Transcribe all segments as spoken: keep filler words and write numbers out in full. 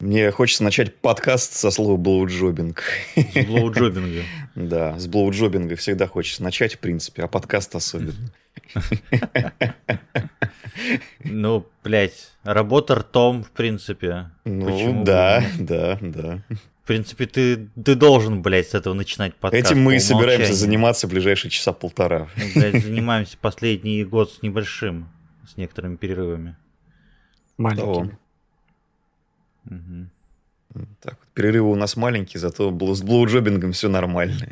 Мне хочется начать подкаст со слова блоуджобинг. С блоуджобинга. Да, с блоуджобинга всегда хочется начать, в принципе, а подкаст особенно. Ну, блядь, работа ртом, в принципе. Ну, да, да, да. В принципе, ты, ты должен, блядь, с этого начинать подкаст. Этим мы и собираемся заниматься в ближайшие часа полтора. Мы, блядь, занимаемся последний год с небольшим, с некоторыми перерывами. Маленькими. Угу. Так вот, перерывы у нас маленькие, зато с блоуджобингом все нормально.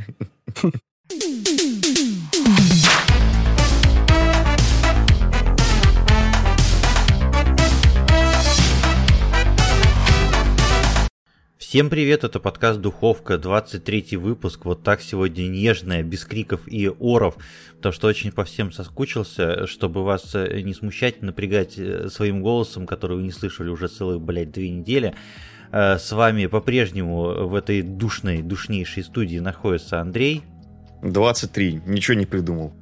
Всем привет, это подкаст «Духовка», двадцать третий выпуск, вот так сегодня нежно, без криков и оров, потому что очень по всем соскучился, чтобы вас не смущать, напрягать своим голосом, который вы не слышали уже целых, блядь, две недели. С вами по-прежнему в этой душной, душнейшей студии находится Андрей. двадцать три, ничего не придумал.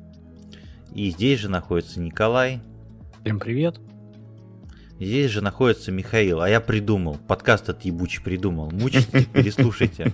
И здесь же находится Николай. Всем привет. Здесь же находится Михаил, а я придумал, подкаст этот ебучий придумал, мучите, переслушайте.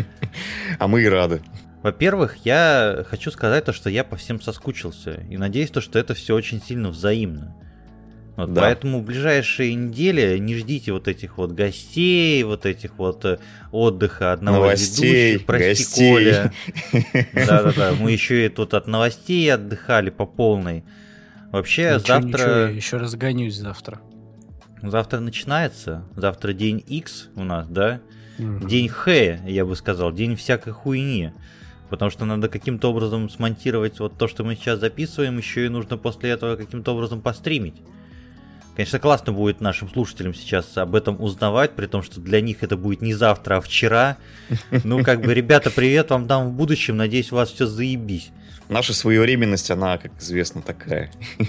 А мы и рады. Во-первых, я хочу сказать то, что я по всем соскучился, и надеюсь, то, что это все очень сильно взаимно. Вот, да. Поэтому в ближайшие недели не ждите вот этих вот гостей, вот этих вот отдыха одного новостей, из ведущих, прости, гостей. Коля. Да-да-да, мы еще и тут от новостей отдыхали по полной. Вообще, ничего, завтра... Ничего, я еще разгонюсь завтра. Завтра начинается, завтра день X у нас, да? Угу. День Х, я бы сказал, день всякой хуйни. Потому что надо каким-то образом смонтировать вот то, что мы сейчас записываем, еще и нужно после этого каким-то образом постримить. Конечно, классно будет нашим слушателям сейчас об этом узнавать, при том, что для них это будет не завтра, а вчера. Ну, как бы, ребята, привет вам там в будущем, надеюсь, у вас все заебись. Наша своевременность, она, как известно, такая.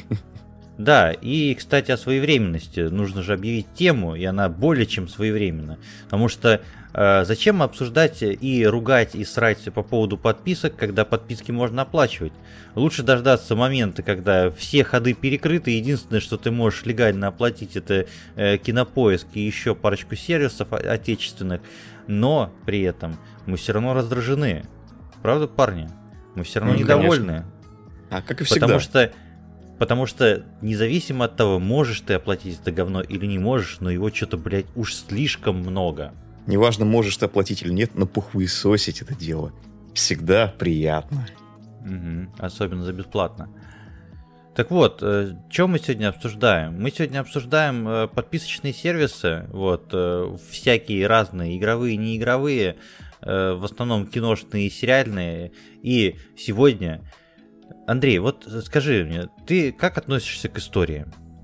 Да, и, кстати, о своевременности. Нужно же объявить тему, и она более чем своевременна. Потому что э, зачем обсуждать и ругать, и срать по поводу подписок, когда подписки можно оплачивать? Лучше дождаться момента, когда все ходы перекрыты, и единственное, что ты можешь легально оплатить, это э, Кинопоиск и еще парочку сервисов отечественных. Но при этом мы все равно раздражены. Правда, парни? Мы все равно ну, недовольны. Конечно. А как и всегда. Потому что Потому что независимо от того, можешь ты оплатить это говно или не можешь, но его что-то, блядь, уж слишком много. Неважно, можешь ты оплатить или нет, но похуесосить это дело всегда приятно. Угу, особенно за бесплатно. Так вот, э, что мы сегодня обсуждаем? Мы сегодня обсуждаем э, подписочные сервисы, вот, э, всякие разные, игровые, неигровые, э, в основном киношные и сериальные. И сегодня... Андрей, вот скажи мне, ты как относишься к истории?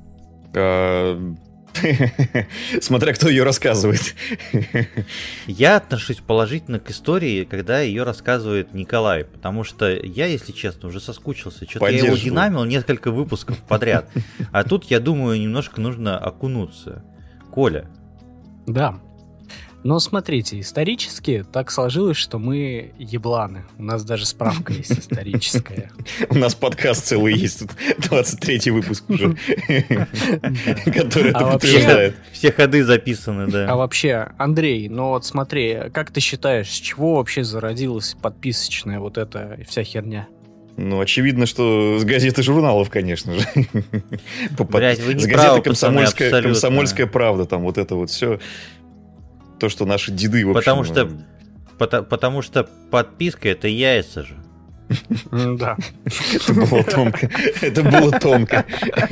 Смотря кто ее рассказывает. Я отношусь положительно к истории, когда ее рассказывает Николай, потому что я, если честно, уже соскучился. Что-то я его динамил несколько выпусков подряд, а тут, я думаю, немножко нужно окунуться. Коля. Да. Но смотрите, исторически так сложилось, что мы ебланы. У нас даже справка есть историческая. У нас подкаст целый есть, тут двадцать третий выпуск уже, который это подтверждает. Все ходы записаны, да. А вообще, Андрей, ну вот смотри, как ты считаешь, с чего вообще зародилась подписочная вот эта вся херня? Ну, очевидно, что с газет и журналов, конечно же. Блядь, вы не с правы, газеты пацаны, «Комсомольская правда», там вот это вот все... То, что наши деды, в общем... Потому что, потому, потому что подписка — это яйца же. Да. Это было тонко. Это было тонко.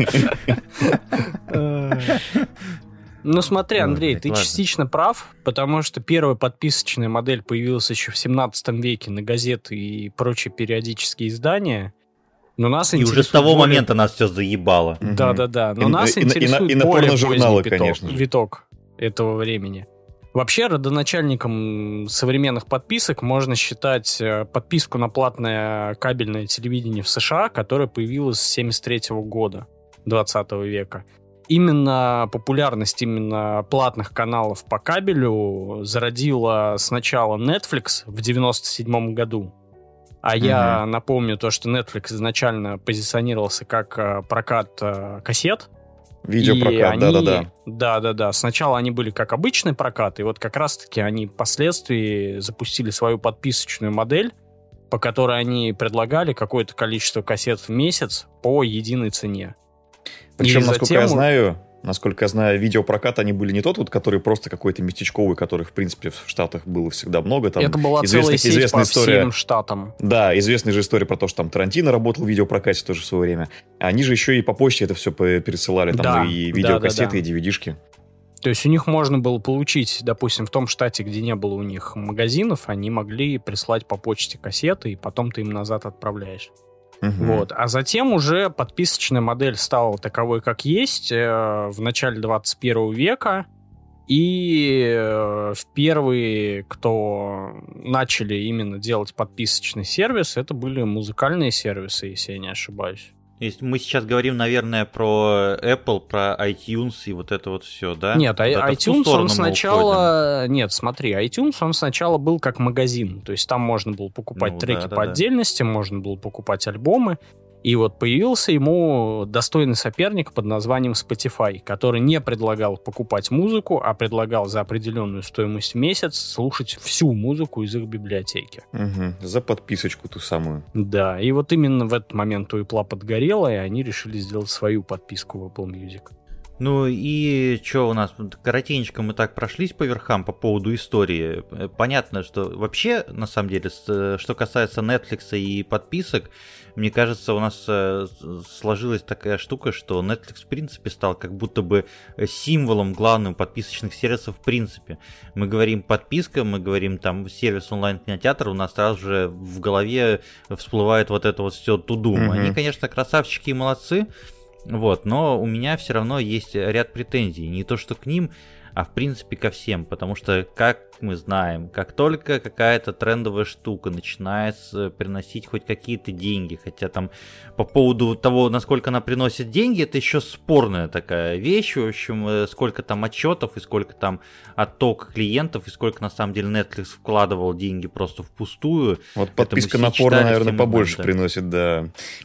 Ну смотри, Андрей, ты частично прав, потому что первая подписочная модель появилась еще в семнадцатом веке на газеты и прочие периодические издания. Но нас и уже с того более... момента нас все заебало. Да-да-да. Но и, нас и, интересует и, и, и более поздний виток, виток этого времени. Вообще, родоначальником современных подписок можно считать подписку на платное кабельное телевидение в США, которая появилась с семьдесят третьего года двадцатого века. Именно популярность именно платных каналов по кабелю зародила сначала Netflix в девяносто седьмом году. А mm-hmm. я напомню то, что Netflix изначально позиционировался как прокат кассет. Видеопрокат, да-да-да. Да-да-да. Сначала они были как обычный прокат, и вот как раз-таки они впоследствии запустили свою подписочную модель, по которой они предлагали какое-то количество кассет в месяц по единой цене. Причем, насколько затем... я знаю, насколько я знаю, видеопрокат они были не тот, вот, который просто какой-то местечковый, который, в принципе, в Штатах было всегда много. Там это была целая сеть известная по история, всем штатам. Да, известная же история про то, что там Тарантино работал в видеопрокате тоже в свое время. Они же еще и по почте это все пересылали, там да, и видеокассеты, да, да, да. и ди ви ди-шки. То есть у них можно было получить, допустим, в том штате, где не было у них магазинов, они могли прислать по почте кассеты, и потом ты им назад отправляешь. Uh-huh. Вот. А затем уже подписочная модель стала таковой, как есть, э, в начале двадцать первого века. И э, первые, кто начали именно делать подписочный сервис, это были музыкальные сервисы, если я не ошибаюсь. Если мы сейчас говорим, наверное, про Apple, про iTunes и вот это вот все, да? Нет, вот iTunes он сначала... Уходим. Нет, смотри, iTunes он сначала был как магазин. То есть там можно было покупать ну, треки да, по да, отдельности, да. можно было покупать альбомы. И вот появился ему достойный соперник под названием Spotify, который не предлагал покупать музыку, а предлагал за определенную стоимость в месяц слушать всю музыку из их библиотеки. Угу, за подписочку ту самую. Да, и вот именно в этот момент у Apple подгорело, и они решили сделать свою подписку в Apple Music. Ну и что у нас? Коротенько мы так прошлись по верхам по поводу истории. Понятно, что вообще, на самом деле, что касается Netflix и подписок, мне кажется, у нас сложилась такая штука, что Netflix в принципе стал как будто бы символом главным подписочных сервисов в принципе. Мы говорим подписка, мы говорим там сервис онлайн-кинотеатр, у нас сразу же в голове всплывает вот это вот все тудум. Mm-hmm. Они, конечно, красавчики и молодцы, вот, но у меня все равно есть ряд претензий. Не то что к ним, а в принципе ко всем. Потому что, как мы знаем, как только какая-то трендовая штука начинает приносить хоть какие-то деньги, хотя там по поводу того, насколько она приносит деньги, это еще спорная такая вещь. В общем, сколько там отчетов и сколько там отток клиентов, и сколько на самом деле Netflix вкладывал деньги просто впустую. Вот подписка на порно, наверное, побольше моментами. приносит, да.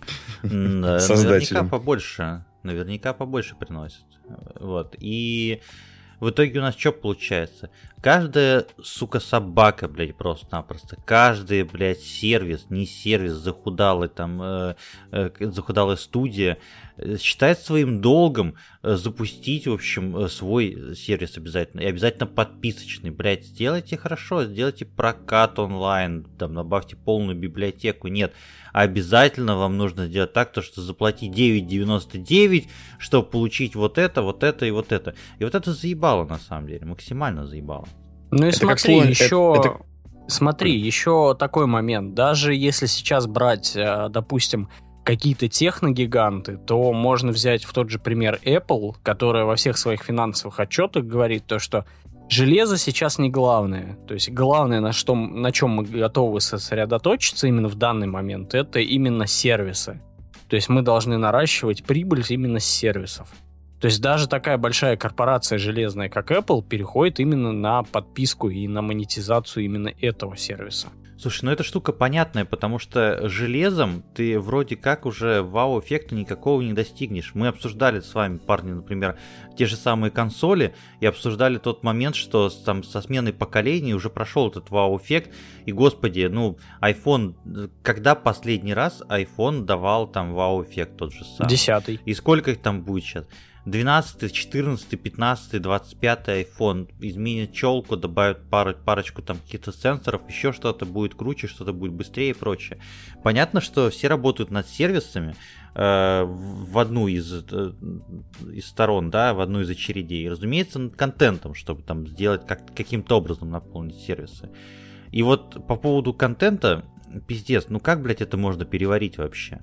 Наверняка побольше. Наверняка побольше приносит. Вот. И в итоге у нас что получается? Каждая, сука, собака, блядь, просто-напросто. Каждый, блядь, сервис, не сервис, захудалый там, э, э, захудалая студия считает своим долгом запустить, в общем, свой сервис обязательно. И обязательно подписочный, блядь. Сделайте хорошо, сделайте прокат онлайн, там, добавьте полную библиотеку. Нет, обязательно вам нужно сделать так, то, что заплатить девять девяносто девять, чтобы получить вот это, вот это и вот это. И вот это заебало, на самом деле, максимально заебало. Ну и это смотри, как еще... Это, это... Смотри, еще такой момент. Даже если сейчас брать, допустим, какие-то техногиганты, то можно взять в тот же пример Apple, которая во всех своих финансовых отчетах говорит то, что железо сейчас не главное. То есть главное, на, что, на чем мы готовы сосредоточиться именно в данный момент, это именно сервисы. То есть мы должны наращивать прибыль именно с сервисов. То есть даже такая большая корпорация железная, как Apple, переходит именно на подписку и на монетизацию именно этого сервиса. Слушай, ну эта штука понятная, потому что железом ты вроде как уже вау-эффекта никакого не достигнешь. Мы обсуждали с вами, парни, например, те же самые консоли, и обсуждали тот момент, что там со сменой поколений уже прошел этот вау-эффект, и, господи, ну, iPhone, когда последний раз iPhone давал там вау-эффект тот же самый? Десятый. И сколько их там будет сейчас? двенадцатый, четырнадцатый, пятнадцатый, двадцать пятый iPhone изменит челку, добавят пару, парочку там каких-то сенсоров, еще что-то будет круче, что-то будет быстрее и прочее. Понятно, что все работают над сервисами э, в одну из, э, из сторон, да, в одну из очередей. И, разумеется, над контентом, чтобы там сделать как, каким-то образом наполнить сервисы. И вот по поводу контента, пиздец, ну как, блядь, это можно переварить вообще?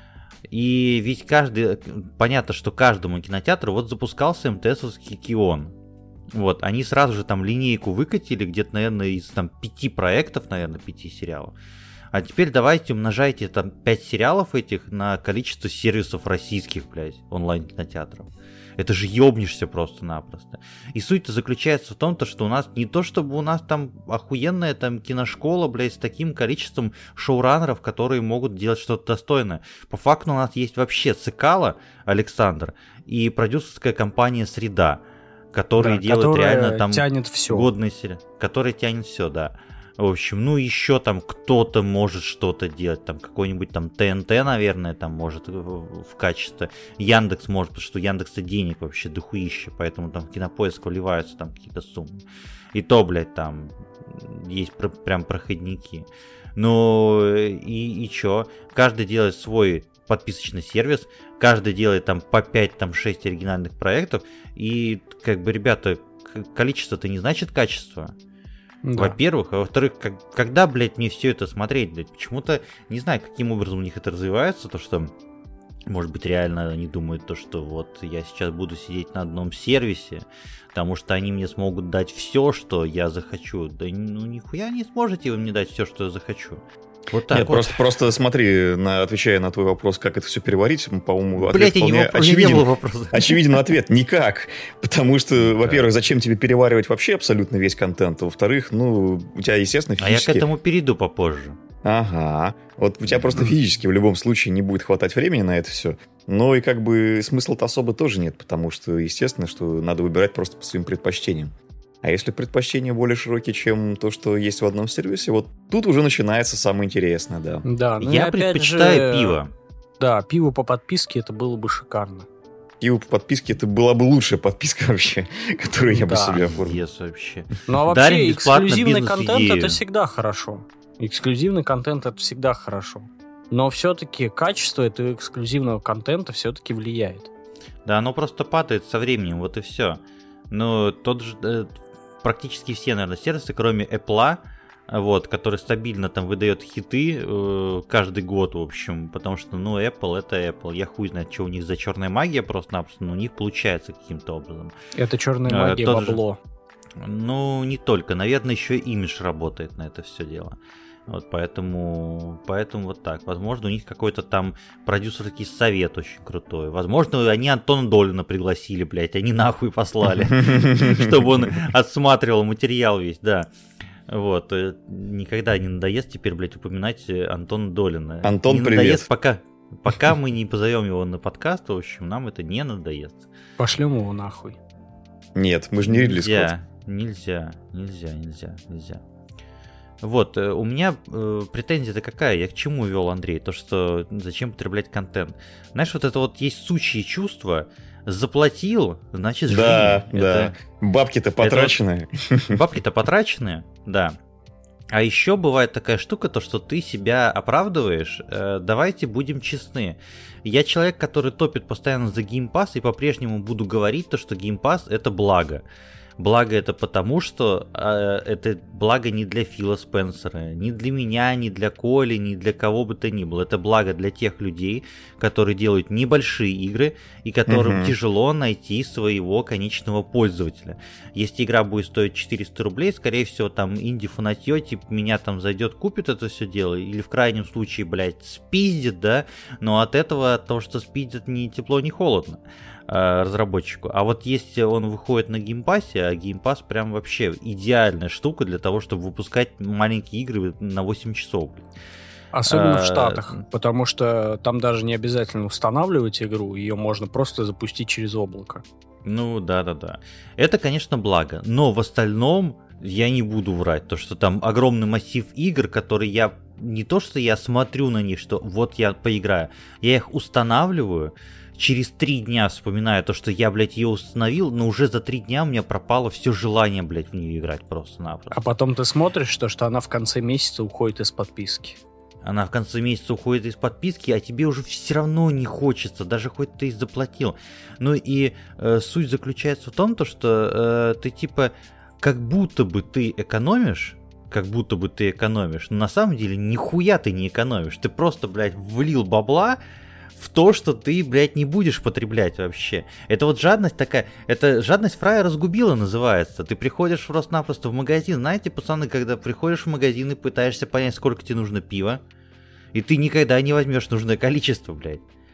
И ведь каждый, понятно, что каждому кинотеатру вот запускался эм тэ эсовский Кион. Вот, они сразу же там линейку выкатили, где-то, наверное, из там пяти проектов, наверное, пяти сериалов. А теперь давайте умножайте там пять сериалов этих на количество сервисов российских, блядь, онлайн-кинотеатров. Это же ёбнешься просто-напросто. И суть-то заключается в том, то, что у нас не то, чтобы у нас там охуенная там киношкола, блядь, с таким количеством шоураннеров, которые могут делать что-то достойное. По факту у нас есть вообще Цикало Александр и продюсерская компания «Среда», которые да, делают реально там тянет все. Годные сериалы. Которые тянет все, да. В общем, ну еще там кто-то может что-то делать, там какой-нибудь там ТНТ, наверное, там может в, в качестве, Яндекс может, потому что у Яндекса денег вообще дохуище, поэтому там в Кинопоиск вливаются там какие-то суммы. И то, блядь, там есть про, прям проходники. Ну и, и чё? Каждый делает свой подписочный сервис, каждый делает там по пять-шесть оригинальных проектов, и как бы, ребята, количество-то не значит качество. Да. Во-первых, а во-вторых, как, когда, блядь, мне все это смотреть, блядь, почему-то, не знаю, каким образом у них это развивается, то, что, может быть, реально они думают, то, что вот я сейчас буду сидеть на одном сервисе, потому что они мне смогут дать все, что я захочу. Да ну нихуя не сможете вы мне дать все, что я захочу. Вот так Нет, вот. просто, просто смотри, на, отвечая на твой вопрос, как это все переварить, по-моему, ответ Блядь, вполне не очевиден. Не было вопроса. Очевиден ответ – никак. Потому что, да. Во-первых, зачем тебе переваривать вообще абсолютно весь контент? А во-вторых, ну, у тебя, естественно, физически... А я к этому перейду попозже. Ага. Вот у тебя просто физически в любом случае не будет хватать времени на это все. Но и как бы смысла-то особо тоже нет, потому что, естественно, что надо выбирать просто по своим предпочтениям. А если предпочтения более широкие, чем то, что есть в одном сервисе, вот тут уже начинается самое интересное, да. Да, ну я предпочитаю же... пиво. Да, пиво по подписке это было бы шикарно. Пиво по подписке это была бы лучшая подписка вообще, которую я да. бы себе оформил. Yes, вообще. Ну а вообще эксклюзивный контент это всегда хорошо. Эксклюзивный контент это всегда хорошо. Но все-таки качество этого эксклюзивного контента все-таки влияет. Да, оно просто падает со временем, вот и все. Но тот же... Практически все, наверное, сервисы, кроме Apple, вот, который стабильно там выдает хиты э, каждый год, в общем, потому что, ну, Apple это Apple, я хуй знает, что у них за черная магия просто-напросто, но у них получается каким-то образом. Это черная магия, а, бабло. Же, ну, не только, наверное, еще и имидж работает на это все дело. Вот поэтому, поэтому вот так. Возможно, у них какой-то там продюсерский совет очень крутой. Возможно, они Антона Долина пригласили, блядь, они нахуй послали, чтобы он отсматривал материал весь, да. Вот. Никогда не надоест теперь, блядь, упоминать Антона Долина. Антон, привет. Пока, пока мы не позовем его на подкаст, в общем, нам это не надоест. Пошлем его нахуй. Нет, мы же не Ридли Скотт. Нельзя, нельзя, нельзя, нельзя. Вот, у меня э, претензия-то какая? Я к чему вел, Андрей? То, что зачем потреблять контент? Знаешь, вот это вот есть сучье чувство. Заплатил, значит, живи. Да, это, да. Бабки-то потраченные. Вот, бабки-то потраченные, да. А еще бывает такая штука, то, что ты себя оправдываешь. Э, давайте будем честны. Я человек, который топит постоянно за Game Pass, и по-прежнему буду говорить то, что Game Pass это благо. Благо это потому, что э, это благо не для Фила Спенсера, ни для меня, ни для Коли, ни для кого бы то ни было. Это благо для тех людей, которые делают небольшие игры и которым uh-huh. тяжело найти своего конечного пользователя. Если игра будет стоить четыреста рублей, скорее всего, там инди-фанатье, типа, меня там зайдет, купит это все дело, или в крайнем случае, блядь, спиздит, да, но от этого, от того, что спиздит, ни тепло, ни холодно разработчику. А вот если он выходит на геймпассе, а геймпасс прям вообще идеальная штука для того, чтобы выпускать маленькие игры на восемь часов. Особенно а, в Штатах, потому что там даже не обязательно устанавливать игру, ее можно просто запустить через облако. Ну да-да-да. Это, конечно, благо, но в остальном я не буду врать, то что там огромный массив игр, которые я не то что я смотрю на них, что вот я поиграю, я их устанавливаю, через три дня вспоминаю то, что я, блядь, ее установил, но уже за три дня у меня пропало все желание, блядь, в нее играть просто-напросто. А потом ты смотришь, то, что она в конце месяца уходит из подписки. Она в конце месяца уходит из подписки, а тебе уже все равно не хочется, даже хоть ты и заплатил. Ну и э, суть заключается в том, то, что э, ты типа как будто бы ты экономишь, как будто бы ты экономишь, но на самом деле нихуя ты не экономишь. Ты просто, блядь, влил бабла в то, что ты, блядь, не будешь потреблять вообще. Это вот жадность такая, это жадность фрая разгубила называется. Ты приходишь просто-напросто в магазин, знаете, пацаны, когда приходишь в магазин и пытаешься понять, сколько тебе нужно пива, и ты никогда не возьмешь нужное количество, блядь.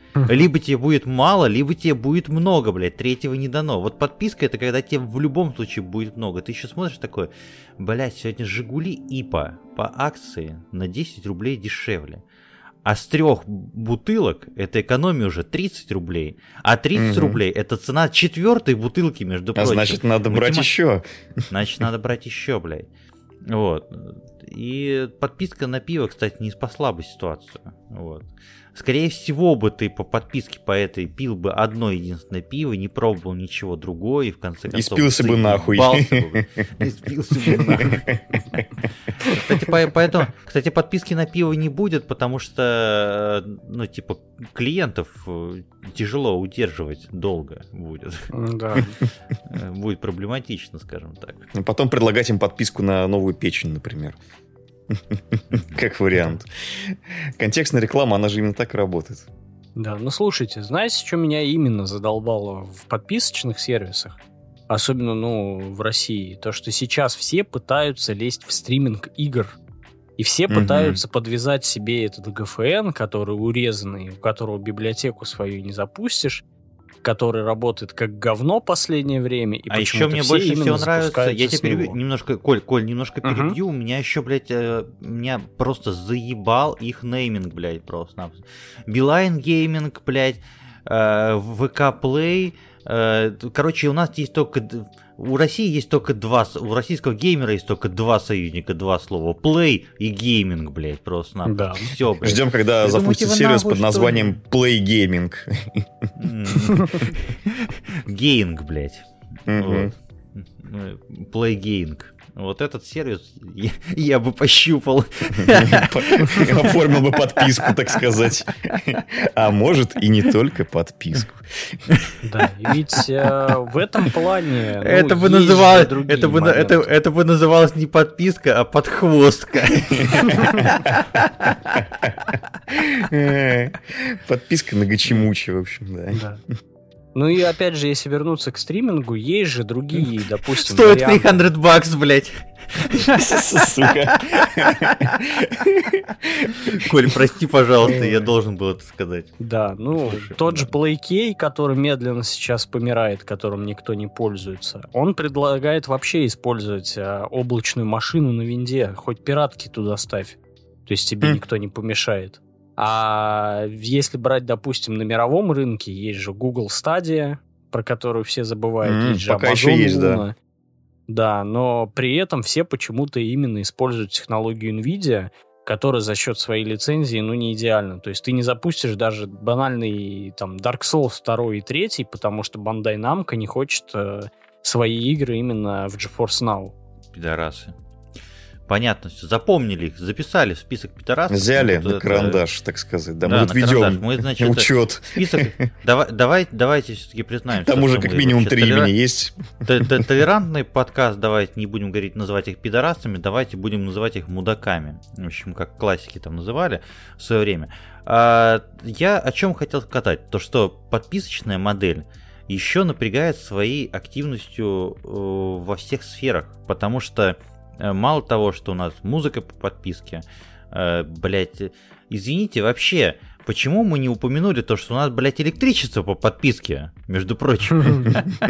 Либо тебе будет мало, либо тебе будет много, блядь. Третьего не дано. Вот подписка — это когда тебе в любом случае будет много. Ты еще смотришь такой, блядь, сегодня Жигули ИПА по акции на десять рублей дешевле. А с трех бутылок это экономия уже тридцать рублей. А тридцать угу. рублей это цена четвертой бутылки, между прочим. А значит, надо брать Матема... еще. Значит, надо брать еще, блядь. Вот. И подписка на пиво, кстати, не спасла бы ситуацию. Вот. Скорее всего бы ты по подписке по этой пил бы одно единственное пиво, не пробовал ничего другого, и в конце концов... И спился бы нахуй. И спился бы нахуй. Кстати, поэтому, кстати, подписки на пиво не будет, потому что, ну, типа, клиентов тяжело удерживать долго будет. Да. Будет проблематично, скажем так. Потом предлагать им подписку на новую печень, например. Как вариант. Контекстная реклама, она же именно так и работает. Да, ну слушайте, знаете, что меня именно задолбало в подписочных сервисах? Особенно, ну, в России. То, что сейчас все пытаются лезть в стриминг игр. И все угу. пытаются подвязать себе этот джи эф эн, который урезанный, у которого библиотеку свою не запустишь, который работает как говно последнее время. И а еще мне больше всего нравится, я тебе перебью, немножко, Коль, Коль, немножко uh-huh. перебью, у меня еще, блядь, э, меня просто заебал их нейминг, блядь, просто. Билайн Гейминг, блядь, э, ВК Плей, э, короче, у нас есть только... У России есть только два, у российского геймера есть только два союзника, два слова. Play и гейминг, блядь, просто. Да. Все, блядь. Ждем, когда Вы запустят сервис под названием Play Gaming. Гейнг, блядь. Play Gaming. Вот этот сервис я, я бы пощупал. Оформил бы подписку, так сказать. А может и не только подписку. Да, ведь э, в этом плане... Ну, это, бы называлось, это, бы, это, это бы называлось не подписка, а подхвостка. Подписка на гачи-мучи, в общем, да. Да. Ну и опять же, если вернуться к стримингу, есть же другие, допустим, стоит триста баксов, блять. Сука. Коль, прости, пожалуйста, я должен был это сказать. Да, ну, тот же PlayKey, который медленно сейчас помирает, которым никто не пользуется, он предлагает вообще использовать облачную машину на винде, хоть пиратки туда ставь, то есть тебе никто не помешает. А если брать, допустим, на мировом рынке, есть же Google Stadia, про которую все забывают, mm, есть же пока Amazon еще есть, Luna. да. Да, но при этом все почему-то именно используют технологию NVIDIA, которая за счет своей лицензии, ну, не идеальна. То есть ты не запустишь даже банальный там Dark Souls два и три, потому что Bandai Namco не хочет э, свои игры именно в GeForce Now. Пидорасы. Понятно, все. Запомнили их, записали в список пидорасов. Взяли на карандаш, это... так сказать. Да, да мы тут ведем мы, значит, учет. Список... Давай, давай, давайте все-таки признаем. Там уже как минимум три толер... имени есть. Толерантный подкаст, давайте не будем говорить, называть их пидорасами, давайте будем называть их мудаками. В общем, как классики там называли в свое время. А, я о чем хотел сказать. То, что подписочная модель еще напрягает своей активностью во всех сферах. Потому что мало того, что у нас музыка по подписке, э, блять, извините, вообще, почему мы не упомянули то, что у нас, блять, электричество по подписке, между прочим?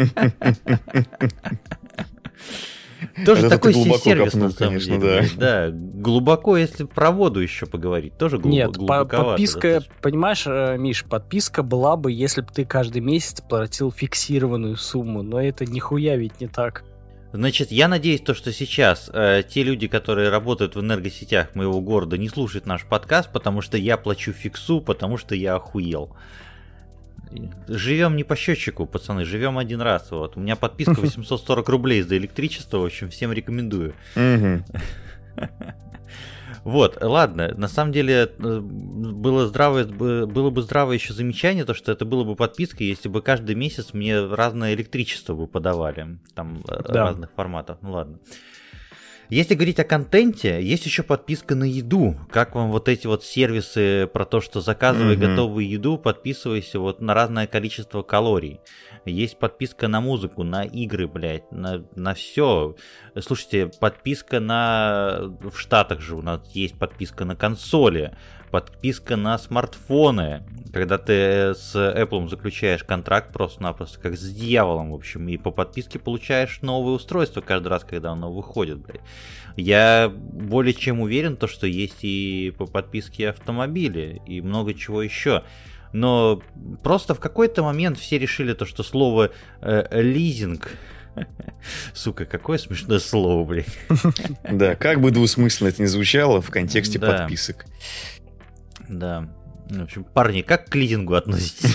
Тоже такой себе сервис, на самом деле. Да, глубоко, если про воду еще поговорить, тоже глубоко. Нет, подписка, понимаешь, Миш, подписка была бы, если бы ты каждый месяц платил фиксированную сумму, но это нихуя ведь не так. Значит, я надеюсь, то, что сейчас э, те люди, которые работают в энергосетях моего города, не слушают наш подкаст, потому что я плачу фиксу, потому что я охуел. Живем не по счетчику, пацаны, живем один раз. Вот. У меня подписка восемьсот сорок рублей за электричество, в общем, всем рекомендую. Вот, ладно, на самом деле было, здравое, было бы здравое еще замечание, то, что это было бы подписка, если бы каждый месяц мне разное электричество бы подавали, там да. разных форматов, ну ладно. Если говорить о контенте, есть еще подписка на еду. Как вам вот эти вот сервисы про то, что заказывай mm-hmm. готовую еду, подписывайся вот на разное количество калорий. Есть подписка на музыку, на игры, блядь, на, на все. Слушайте, подписка на... В Штатах же у нас есть подписка на консоли, подписка на смартфоны. Когда ты с Apple заключаешь контракт просто-напросто, как с дьяволом, в общем, и по подписке получаешь новое устройство каждый раз, когда оно выходит, блядь. Я более чем уверен, то, что есть и по подписке автомобили, и много чего еще. Но просто в какой-то момент все решили то, что слово э, лизинг... Сука, какое смешное слово, блядь. Да, как бы двусмысленно это ни звучало в контексте да. подписок. Да. В общем, парни, как к лизингу относитесь?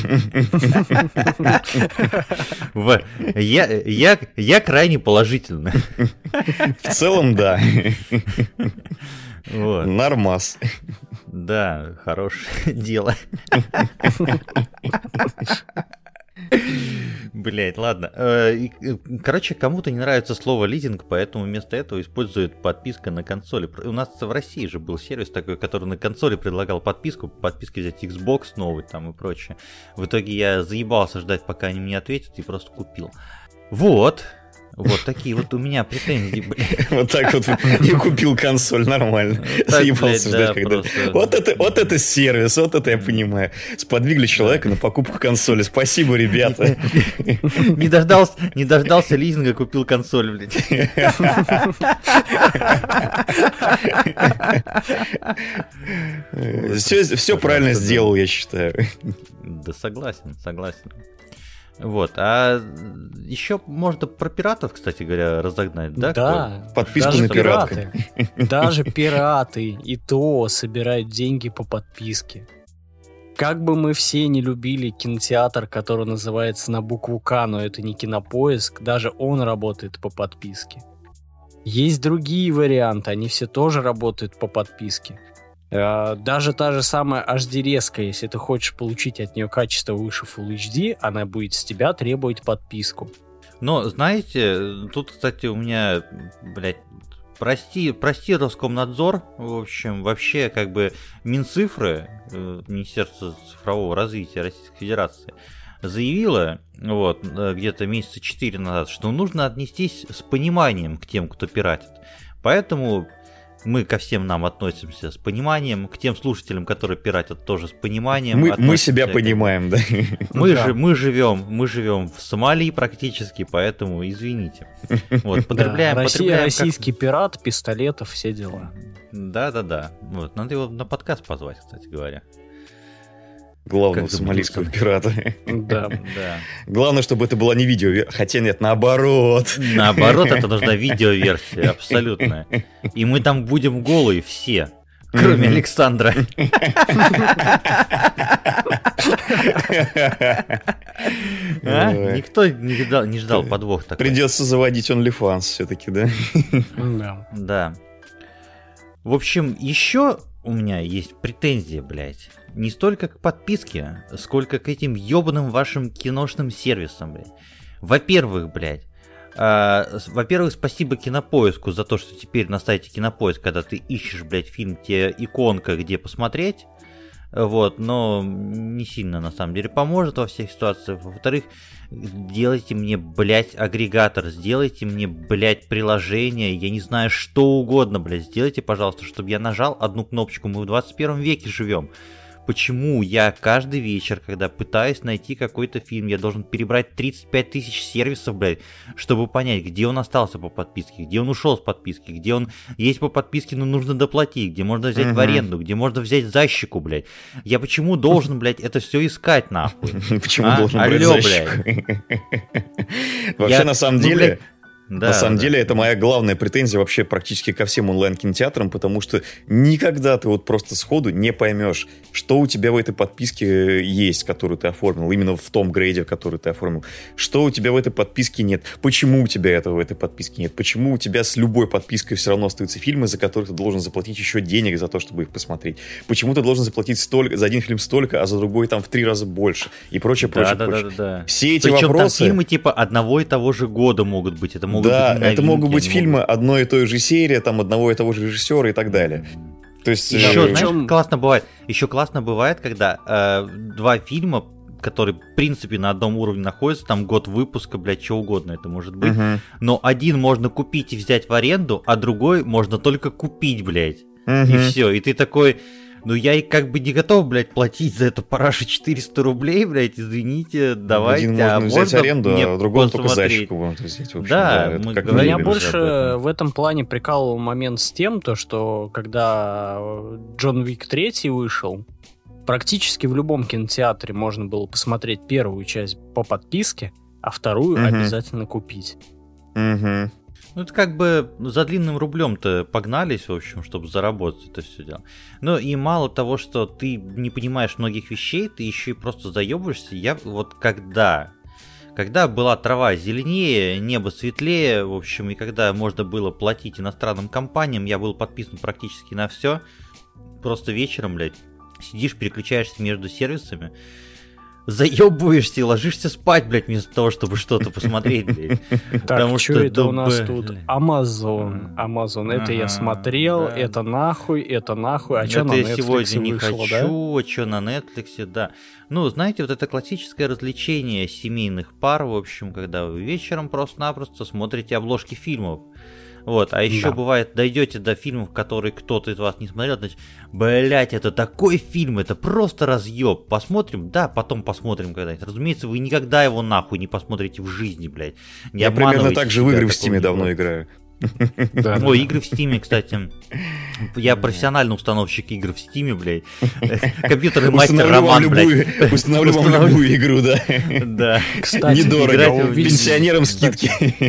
Я, я, я крайне положительно. В целом, да. Вот. Нормас. Да, хорошее дело. Блять, ладно. Короче, кому-то не нравится слово лизинг, поэтому вместо этого использует подписка на консоли. У нас в России же был сервис такой, который на консоли предлагал подписку, подписки взять Xbox новый там и прочее. В итоге я заебался ждать, пока они мне ответят, и просто купил. Вот. Вот такие вот у меня претензии были. Вот так вот и купил консоль, нормально. Заебался ждать, когда... Вот это, вот это сервис, вот это я понимаю. Сподвигли человека на покупку консоли. Спасибо, ребята. Не дождался, не дождался лизинга, купил консоль, блядь. Все, все правильно сделал, я считаю. Да согласен, согласен. Вот, а еще можно про пиратов, кстати говоря, разогнать, да? Да, подписку на пираты. Даже пираты и то собирают деньги по подписке. Как бы мы все не любили кинотеатр, который называется на букву К, но это не Кинопоиск, даже он работает по подписке. Есть другие варианты, они все тоже работают по подписке. Даже та же самая эйч ди-резка, если ты хочешь получить от нее качество выше Full эйч ди, она будет с тебя требовать подписку. Но, знаете, тут, кстати, у меня, блядь, прости, прости Роскомнадзор, в общем, вообще, как бы, Минцифры, Министерство цифрового развития Российской Федерации, заявила, вот, где-то месяца четыре назад, что нужно отнестись с пониманием к тем, кто пиратит. Поэтому... Мы ко всем нам относимся с пониманием, к тем слушателям, которые пиратят, тоже с пониманием. Мы, мы себя понимаем, да. Мы, да. Же, мы, живем, мы живем в Сомали практически, поэтому извините. Вот, потребляем, да, Россия, потребляем российский как... пират, пистолетов, все дела. Да-да-да. Вот, надо его на подкаст позвать, кстати говоря. Главного сомалийского пирата. Да, да. Главное, чтобы это была не видео, хотя нет, наоборот. Наоборот, это нужна видеоверсия, абсолютно. И мы там будем голые все, кроме Александра. Никто не ждал подвох такой. Придется заводить OnlyFans все-таки, да? Да. Да. В общем, еще у меня есть претензии, блядь. Не столько к подписке, сколько к этим ебаным вашим киношным сервисам, блядь. Во-первых, блядь, э, во-первых, спасибо Кинопоиску за то, что теперь на сайте Кинопоиск, когда ты ищешь, блядь, фильм, тебе иконка, где посмотреть, вот, но не сильно, на самом деле, поможет во всех ситуациях. Во-вторых, делайте мне, блядь, агрегатор, сделайте мне, блядь, приложение, я не знаю, что угодно, блядь, сделайте, пожалуйста, чтобы я нажал одну кнопочку, мы в двадцать первом веке живем. Почему я каждый вечер, когда пытаюсь найти какой-то фильм, я должен перебрать тридцать пять тысяч сервисов, блядь, чтобы понять, где он остался по подписке, где он ушел с подписки, где он есть по подписке, но нужно доплатить, где можно взять uh-huh. в аренду, где можно взять за щеку, блядь. Я почему должен, блядь, это все искать, нахуй? Почему должен брать за щеку? Вообще, на самом деле... Да, На самом да, деле, да. это моя главная претензия вообще практически ко всем онлайн-кинотеатрам, потому что никогда ты вот просто сходу не поймешь, что у тебя в этой подписке есть, которую ты оформил, именно в том грейде, который ты оформил, что у тебя в этой подписке нет, почему у тебя этого в этой подписке нет, почему у тебя с любой подпиской все равно остаются фильмы, за которые ты должен заплатить еще денег за то, чтобы их посмотреть, почему ты должен заплатить столько, за один фильм столько, а за другой там в три раза больше и прочее, прочее, да, прочее. Да, да, да. Все эти Причем вопросы... там фильмы типа одного и того же года могут быть, это могут да, быть новинки, это могут быть фильмы могут... одной и той же серии, там одного и того же режиссера и так далее. То есть, еще, э... знаешь, чем... классно бывает. Еще классно бывает, когда э, два фильма, которые, в принципе, на одном уровне находятся, там год выпуска, блядь, что угодно это может быть. Uh-huh. Но один можно купить и взять в аренду, а другой можно только купить, блядь. Uh-huh. И все. И ты такой, ну я и как бы не готов, блядь, платить за эту парашу четыреста рублей, блядь, извините, давайте. Один можно а взять можно аренду, а другому только зайчику можно взять. В общем, да, да, мы как меня больше в этом плане прикалывал момент с тем, то, что когда Джон Уик три вышел, практически в любом кинотеатре можно было посмотреть первую часть по подписке, а вторую uh-huh. обязательно купить. Uh-huh. Ну, это как бы за длинным рублем-то погнались, в общем, чтобы заработать это все дело. Ну, и мало того, что ты не понимаешь многих вещей, ты еще и просто заебываешься. Я вот когда... Когда была трава зеленее, небо светлее, в общем, и когда можно было платить иностранным компаниям, я был подписан практически на все. Просто вечером, блядь, сидишь, переключаешься между сервисами, заебываешься и ложишься спать, блядь, вместо того, чтобы что-то посмотреть, блядь. Так, что это у нас тут? Amazon. Amazon, это я смотрел, это нахуй, это нахуй. А что на Netflix вышло, да? Это я сегодня не хочу, а что на Netflix, да. Ну, знаете, вот это классическое развлечение семейных пар, в общем, когда вы вечером просто-напросто смотрите обложки фильмов. Вот, а еще да. бывает, дойдете до фильмов, которые кто-то из вас не смотрел, значит, блять, это такой фильм, это просто разъеб. Посмотрим? Да, потом посмотрим когда-нибудь. Разумеется, вы никогда его нахуй не посмотрите в жизни, блядь. Не Я примерно так же в игры в Стиме давно играю. Да, Ой, да. игры в Стиме, кстати. Я профессиональный установщик игр в Стиме, блядь. Компьютерный мастер Роман, блядь. Установлю вам любую игру, да. Да. Кстати, недорого. Пенсионерам скидки.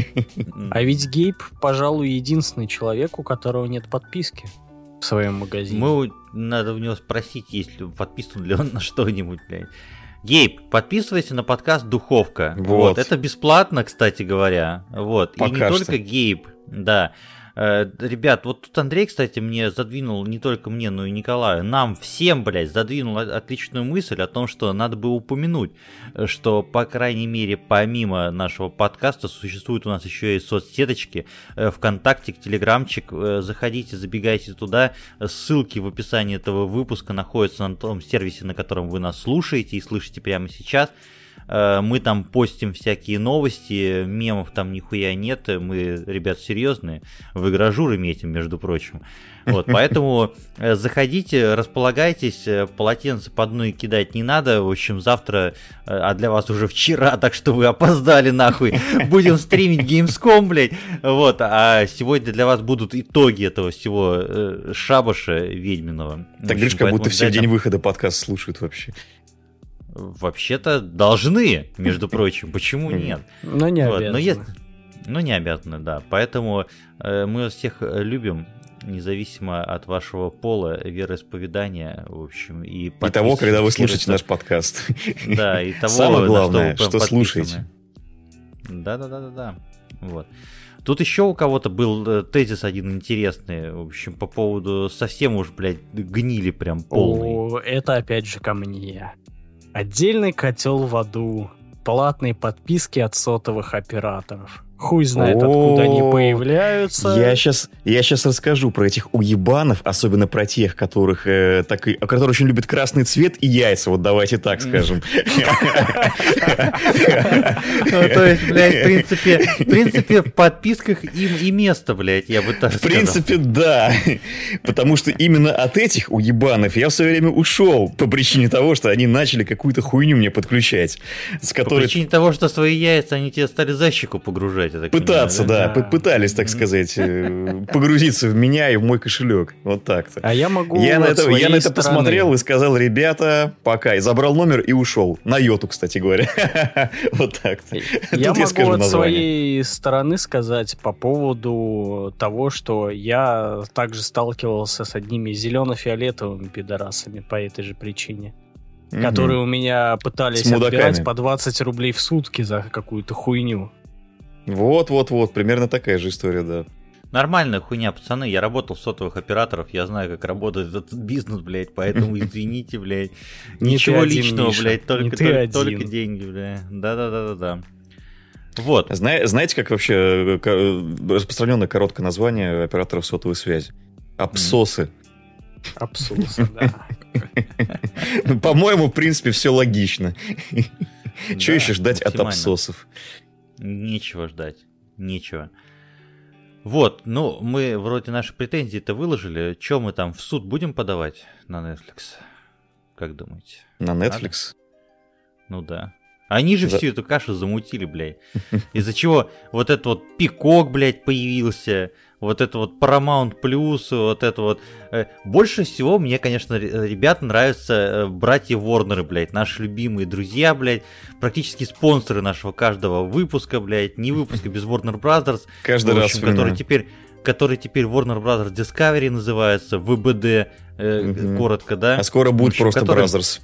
А ведь Гейб, пожалуй, единственный человек, у которого нет подписки в своем магазине. Мы надо у него спросить, есть ли подписан ли он на что-нибудь, блядь. Гейб, подписывайся на подкаст «Духовка». Вот. вот. Это бесплатно, кстати говоря. Вот. Пока и не что. только Гейб. Да. Э, ребят, вот тут Андрей, кстати, мне задвинул, не только мне, но и Николаю, нам всем, блядь, задвинул отличную мысль о том, что надо бы упомянуть, что, по крайней мере, помимо нашего подкаста, существуют у нас еще и соцсеточки, э, ВКонтактик, Телеграмчик. Э, заходите, забегайте туда. Ссылки в описании этого выпуска находятся на том сервисе, на котором вы нас слушаете и слышите прямо сейчас. Мы там постим всякие новости, мемов там нихуя нет, мы, ребят, серьезные, в игражуры метим, между прочим. Вот, поэтому заходите, располагайтесь, полотенце под ноги кидать не надо, в общем, завтра, а для вас уже вчера, так что вы опоздали нахуй, будем стримить Gamescom, блядь, вот, а сегодня для вас будут итоги этого всего шабаша ведьминого. Так, говоришь, как будто все в день выхода подкаст слушают вообще. Вообще-то должны, между прочим. Почему нет? Но не вот, обязаны. Но есть... Ну, не обязаны, да. Поэтому э, мы всех любим, независимо от вашего пола, вероисповедания, в общем. И, и того, когда вы слушаете наш подкаст. Да, и того, самое главное, что, что слушаете. Да-да-да-да-да. Вот. Тут еще у кого-то был тезис один интересный, в общем, по поводу совсем уж, блядь, гнили прям полный. О, это опять же ко мне. Отдельный котел в аду, платные подписки от сотовых операторов. Хуй знает, откуда они появляются. Я сейчас, я сейчас расскажу про этих уебанов, особенно про тех, которых, э, так, которые очень любят красный цвет и яйца, вот давайте так скажем. То есть, блядь, в принципе, в принципе, в подписках им и место, блядь, я бы так сказал. В принципе, да. Потому что именно от этих уебанов я в свое время ушел по причине того, что они начали какую-то хуйню мне подключать. По причине того, что свои яйца они тебе стали за щеку погружать. Пытаться, понимаю, да, да, пытались, так сказать, погрузиться в меня и в мой кошелек. Вот так-то. А я могу. Я на это, я на это посмотрел и сказал: ребята, пока. И забрал номер и ушел. На йоту, кстати говоря. Вот так-то. Я могу от своей стороны сказать по поводу того, что я также сталкивался с одними зелено-фиолетовыми пидорасами по этой же причине. Которые у меня пытались отбирать по двадцать рублей в сутки за какую-то хуйню. Вот-вот-вот, примерно такая же история, да. Нормальная хуйня, пацаны, я работал в сотовых операторов, я знаю, как работает этот бизнес, блядь, поэтому извините, блядь. Ничего личного, блядь, только, только, только деньги, блядь. Да-да-да-да-да. Вот. Зна- знаете, как вообще распространенное короткое название операторов сотовой связи? Абсосы. Абсосы, да. По-моему, в принципе, все логично. Что еще ждать от абсосов? Нечего ждать. Нечего. Вот, ну, мы вроде наши претензии-то выложили. Че мы там в суд будем подавать на Netflix? Как думаете? На Netflix? Надо? Ну да. Они же да. всю эту кашу замутили, блядь. Из-за чего вот этот вот Пикок, блядь, появился, вот это вот Paramount Plus, вот это вот... Больше всего мне, конечно, ребят нравятся братья Ворнеры, блядь, наши любимые друзья, блядь, практически спонсоры нашего каждого выпуска, блядь, не выпуска без Warner Brothers. Каждый в общем, раз который теперь, который теперь Warner Brothers Discovery называется, вэ бэ дэ, э, угу. коротко, да? А скоро будет общем, просто который... Brothers.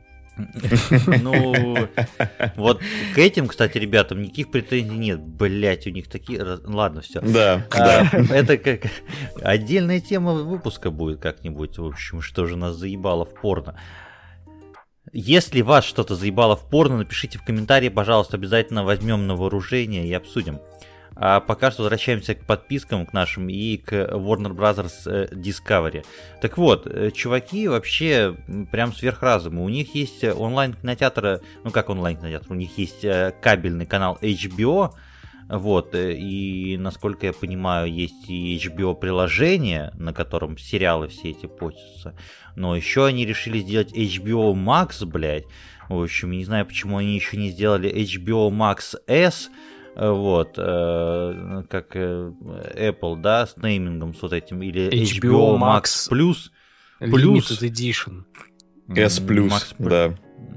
Ну, вот к этим, кстати, ребятам никаких претензий нет. Блять, у них такие... Ладно, все. Да, а, да. Это как отдельная тема выпуска будет как-нибудь. В общем, что же нас заебало в порно. Если вас что-то заебало в порно, напишите в комментарии, пожалуйста, обязательно возьмем на вооружение и обсудим. А пока что возвращаемся к подпискам к нашим и к Warner Brothers Discovery. Так вот, чуваки вообще прям сверхразумы. У них есть онлайн-кинотеатр, ну как онлайн-кинотеатр, у них есть кабельный канал эйч би о, вот, и, насколько я понимаю, есть и эйч би о-приложение, на котором сериалы все эти постятся. Но еще они решили сделать эйч би о Max, блядь. В общем, не знаю, почему они еще не сделали эйч би о Max S, вот, э, как э, Apple, да, с неймингом с вот этим, или эйч би о Max Plus, Limited Edition. S Plus, Max, да.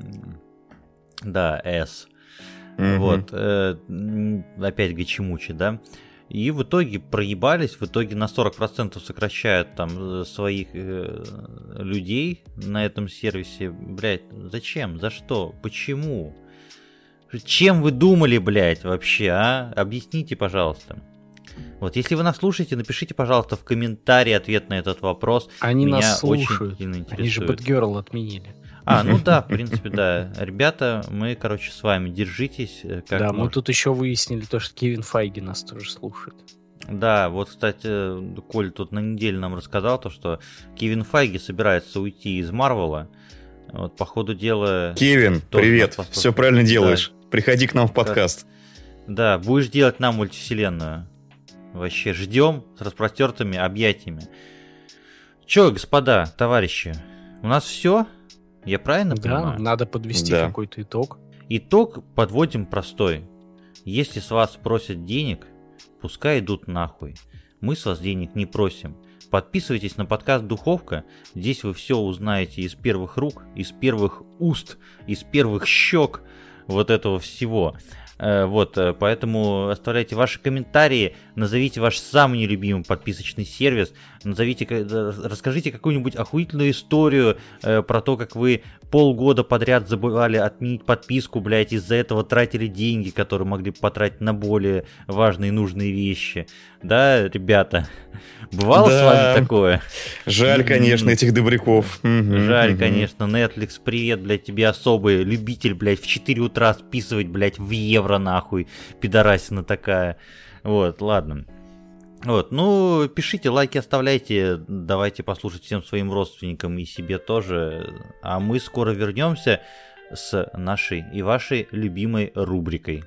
Да, S. Mm-hmm. Вот, э, опять гачемучи, да. И в итоге проебались, в итоге на сорок процентов сокращают там своих э, людей на этом сервисе. Блять, зачем? За что? Почему? Чем вы думали, блядь, вообще, а? Объясните, пожалуйста. Вот, если вы нас слушаете, напишите, пожалуйста, в комментарии ответ на этот вопрос. Они Меня нас слушают. Они же Бэтгерл отменили. А, ну да, в принципе, да. Ребята, мы, короче, с вами. Держитесь. Как да, может. Мы тут еще выяснили то, что Кевин Файги нас тоже слушает. Да, вот, кстати, Коль тут на неделю нам рассказал то, что Кевин Файги собирается уйти из Марвела. Вот, по ходу дела... Кевин, привет, все правильно делаешь. Да. Приходи к нам в подкаст. Да, будешь делать нам мультивселенную. Вообще, ждем с распростертыми объятиями. Че, господа, товарищи, у нас все? Я правильно да, понимаю? Да, надо подвести да. какой-то итог. Итог подводим простой. Если с вас просят денег, пускай идут нахуй. Мы с вас денег не просим. Подписывайтесь на подкаст «Духовка». Здесь вы все узнаете из первых рук, из первых уст, из первых щек вот этого всего. Вот, поэтому оставляйте ваши комментарии, назовите ваш самый нелюбимый подписочный сервис, назовите, расскажите какую-нибудь охуительную историю э, про то, как вы полгода подряд забывали отменить подписку, блядь, из-за этого тратили деньги, которые могли бы потратить на более важные и нужные вещи. Да, ребята? Бывало да. с вами такое? Жаль, конечно, этих добряков. Жаль, конечно. Netflix, привет, блядь, тебе особый любитель, блядь, в четыре утра списывать, блядь, в евро, нахуй, пидорасина такая. Вот, ладно. Вот, ну, пишите, лайки оставляйте, давайте послушать всем своим родственникам и себе тоже. А мы скоро вернемся с нашей и вашей любимой рубрикой.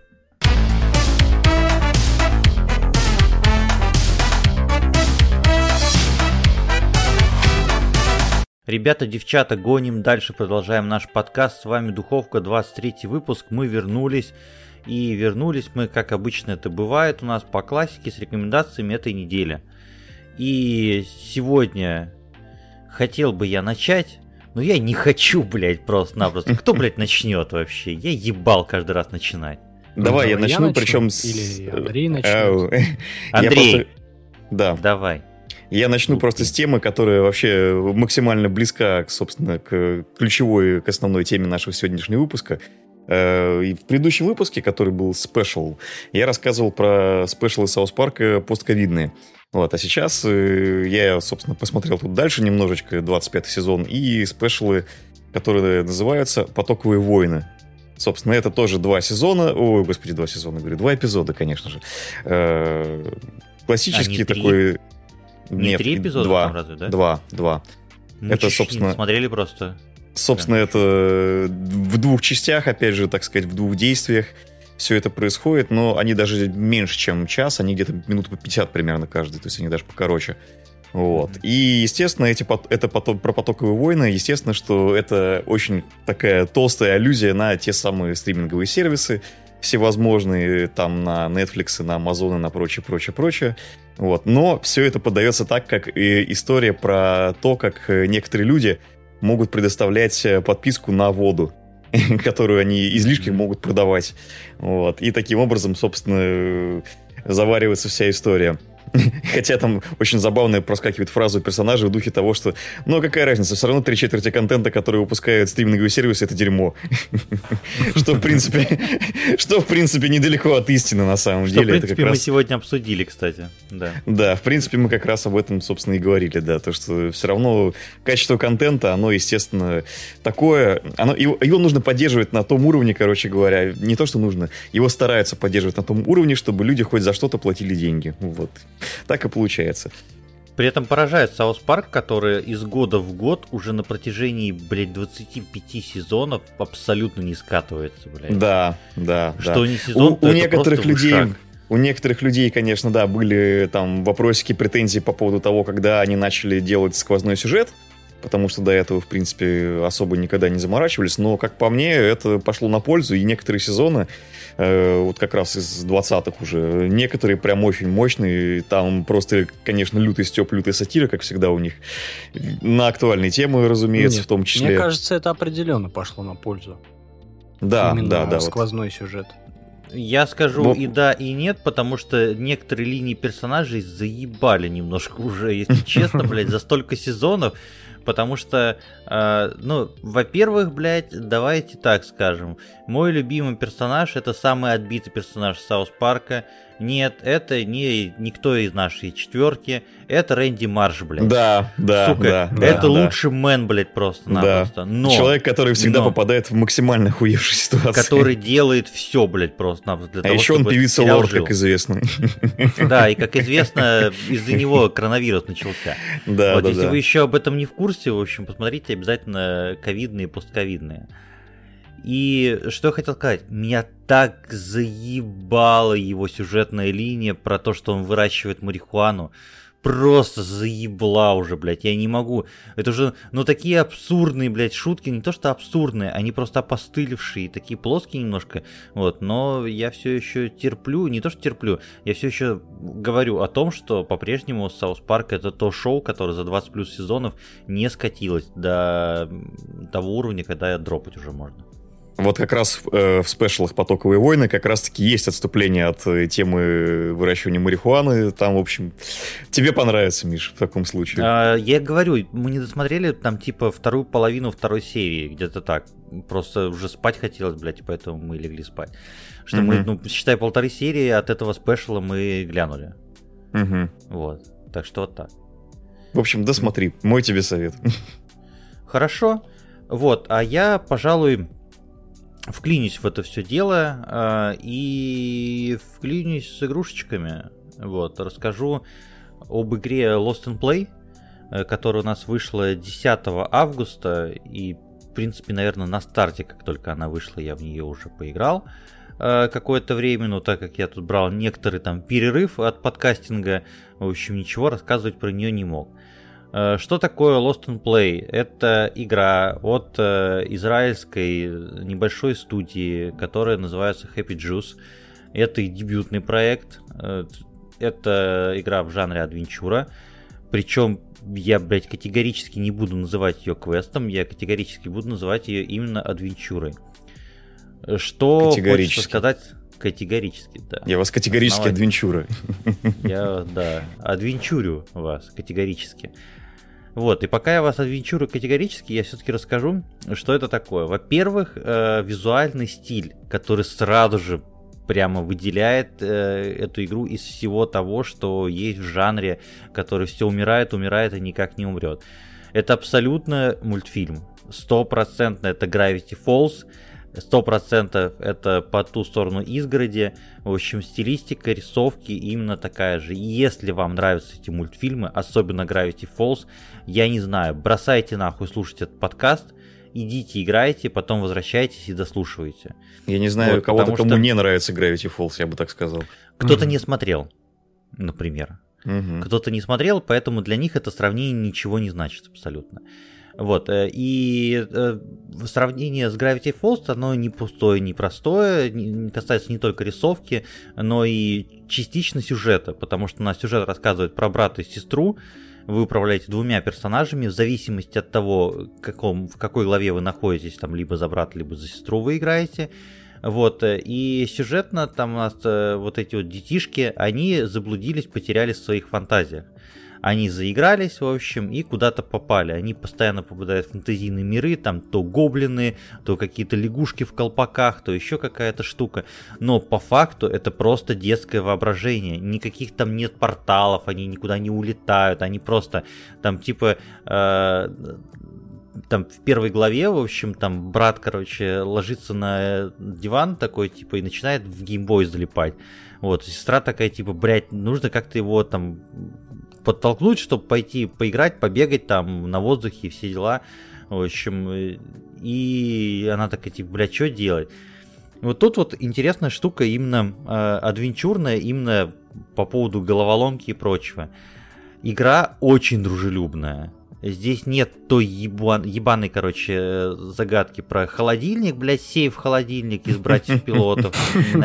Ребята, девчата, гоним дальше, продолжаем наш подкаст. С вами Духовка, двадцать третий выпуск. Мы вернулись. И вернулись мы, как обычно это бывает у нас, по классике с рекомендациями этой недели. И сегодня хотел бы я начать, но я не хочу, блядь, просто-напросто. Кто, блядь, начнет вообще? Я ебал каждый раз начинать. Давай, я начну, я причем начну, с... Или Андрей начнет. Андрей, просто... да. давай. Я начну Луки. просто с темы, которая вообще максимально близка, собственно, к ключевой, к основной теме нашего сегодняшнего выпуска. И в предыдущем выпуске, который был спешл, я рассказывал про спешлы Саус Парка постковидные. Вот, а сейчас я, собственно, посмотрел тут дальше немножечко, двадцать пятый сезон, и спешлы, которые называются «Потоковые войны». Собственно, это тоже два сезона. Ой, господи, два сезона, говорю. Два эпизода, конечно же. Э-э- классический а, такой... Не Нет, три эпизода два, там разве, да? Два, два. Мы это, собственно... смотрели просто. Собственно, да. Это в двух частях, опять же, так сказать, в двух действиях все это происходит, но они даже меньше, чем час, они где-то минут по пятьдесят примерно каждый, то есть они даже покороче. Вот. Mm-hmm. И, естественно, эти, это поток, про потоковые войны, естественно, что это очень такая толстая аллюзия на те самые стриминговые сервисы, всевозможные, там, на Netflix, на Amazon, на прочее, прочее, прочее. Вот. Но все это подается так, как и история про то, как некоторые люди могут предоставлять подписку на воду, которую они излишки могут продавать. Вот. И таким образом, собственно, заваривается вся история. Хотя там очень забавно проскакивает фраза у персонажа в духе того, что ну какая разница, все равно три четверти контента, который выпускают стриминговые сервисы, это дерьмо. Что в принципе что в принципе недалеко от истины на самом деле. Что в принципе мы сегодня обсудили, кстати. Да, в принципе мы как раз об этом, собственно, и говорили, да, то что все равно качество контента, оно, естественно, такое, оно, его нужно поддерживать на том уровне, короче говоря, не то, что нужно, его стараются поддерживать на том уровне, чтобы люди хоть за что-то платили деньги, вот. Так и получается. При этом поражает Саус Парк, который из года в год уже на протяжении, блядь, двадцати пяти сезонов абсолютно не скатывается, блядь. Да, да, Что да. не сезон, у, у некоторых людей, ушаг. У некоторых людей, конечно, да, были там вопросики, претензии по поводу того, когда они начали делать сквозной сюжет, потому что до этого, в принципе, особо никогда не заморачивались, но, как по мне, это пошло на пользу, и некоторые сезоны, э, вот как раз из двадцатых уже, некоторые прям очень мощные, там просто, конечно, лютый стёб, лютая сатира, как всегда у них, на актуальные темы, разумеется, Нет, в том числе. Мне кажется, это определенно пошло на пользу. Да, именно да, да. сквозной вот. сюжет. Я скажу Но... и да, и нет, потому что некоторые линии персонажей заебали немножко уже, если честно, блядь, за столько сезонов. Потому что, э, ну, во-первых, блядь, давайте так скажем. Мой любимый персонаж — это самый отбитый персонаж Саус Парка. Нет, это не никто из нашей четверки. Это Рэнди Марш, блядь. Да, да, Сука, да. это да, лучший мэн, блядь, просто-напросто. Да. Человек, который всегда но, попадает в максимально охуевшие ситуации. Который делает все, блядь, просто-напросто. Для а того, еще он певица лорд, жил. Как известно. Да, и как известно, из-за него коронавирус начался. Да, вот, да, если да. вы еще об этом не в курсе, в общем, посмотрите обязательно ковидные и постковидные. И что я хотел сказать, меня так заебала его сюжетная линия про то, что он выращивает марихуану. Просто заебла уже, блядь, я не могу. Это уже, ну, такие абсурдные, блядь, шутки, не то что абсурдные, они просто опостылевшие, такие плоские немножко, вот, но я все еще терплю, не то что терплю, я все еще говорю о том, что по-прежнему Саус Парк — это то шоу, которое за двадцать плюс сезонов не скатилось до того уровня, когда дропать уже можно. Вот как раз э, в спешлах «Потоковые войны» как раз-таки есть отступление от э, темы выращивания марихуаны. Там, в общем, тебе понравится, Миш, в таком случае. А, я говорю, мы не досмотрели там типа вторую половину второй серии, где-то так. Просто уже спать хотелось, блядь, и поэтому мы легли спать. Что mm-hmm. мы, ну, считай, полторы серии от этого спешла мы глянули. Mm-hmm. Вот, так что вот так. В общем, досмотри, мой тебе совет. Хорошо. Вот, а я, пожалуй... вклинюсь в это все дело э, и вклинюсь с игрушечками. Вот, расскажу об игре Lost in Play, э, которая у нас вышла десятого августа. И, в принципе, наверное, на старте, как только она вышла, я в нее уже поиграл э, какое-то время. Но так как я тут брал некоторый там перерыв от подкастинга, в общем, ничего рассказывать про нее не мог. Что такое Lost in Play? Это игра от э, израильской небольшой студии, которая называется Happy Juice. Это и дебютный проект. Это игра в жанре адвенчура. Причем я, блядь, категорически не буду называть ее квестом, я категорически буду называть ее именно адвенчурой. Что хочется сказать... Категорически, да. Я вас категорически адвенчура. Я, да, адвенчурю вас категорически. Вот, и пока я вас адвенчурю категорически, я все-таки расскажу, что это такое. Во-первых, э, визуальный стиль, который сразу же прямо выделяет э, эту игру из всего того, что есть в жанре, который все умирает, умирает и никак не умрет. Это абсолютно мультфильм. Стопроцентно это Gravity Falls. сто процентов это по ту сторону изгороди. В общем, стилистика рисовки именно такая же. И если вам нравятся эти мультфильмы, особенно Gravity Falls, я не знаю, бросайте нахуй слушать этот подкаст, идите играйте, потом возвращайтесь и дослушивайте. Я не знаю, вот, кого-то, кому что... не нравится Gravity Falls, я бы так сказал. Кто-то mm-hmm. не смотрел, например. Mm-hmm. Кто-то не смотрел, поэтому для них это сравнение ничего не значит абсолютно. Вот, и сравнение с Gravity Falls, оно не пустое, не простое, не касается не только рисовки, но и частично сюжета, потому что у нас сюжет рассказывает про брата и сестру. Вы управляете двумя персонажами, в зависимости от того, каком, в какой главе вы находитесь, там либо за брата, либо за сестру вы играете. Вот, и сюжетно там у нас вот эти вот детишки, они заблудились, потерялись в своих фантазиях. Они заигрались, в общем, и куда-то попали. Они постоянно попадают в фэнтезийные миры, там то гоблины, то какие-то лягушки в колпаках, то еще какая-то штука. Но по факту это просто детское воображение. Никаких там нет порталов, они никуда не улетают, они просто там типа... Э- Там в первой главе, в общем, там брат, короче, ложится на диван такой, типа, и начинает в геймбой залипать. Вот, сестра такая, типа, блядь, нужно как-то его там подтолкнуть, чтобы пойти поиграть, побегать там на воздухе и все дела. В общем, и она такая, типа, блядь, что делать? Вот тут вот интересная штука именно э, адвенчурная, именно по поводу головоломки и прочего. Игра очень дружелюбная. Здесь нет той ебан, ебаной, короче, загадки про холодильник, блядь, сейф холодильник из братьев-пилотов.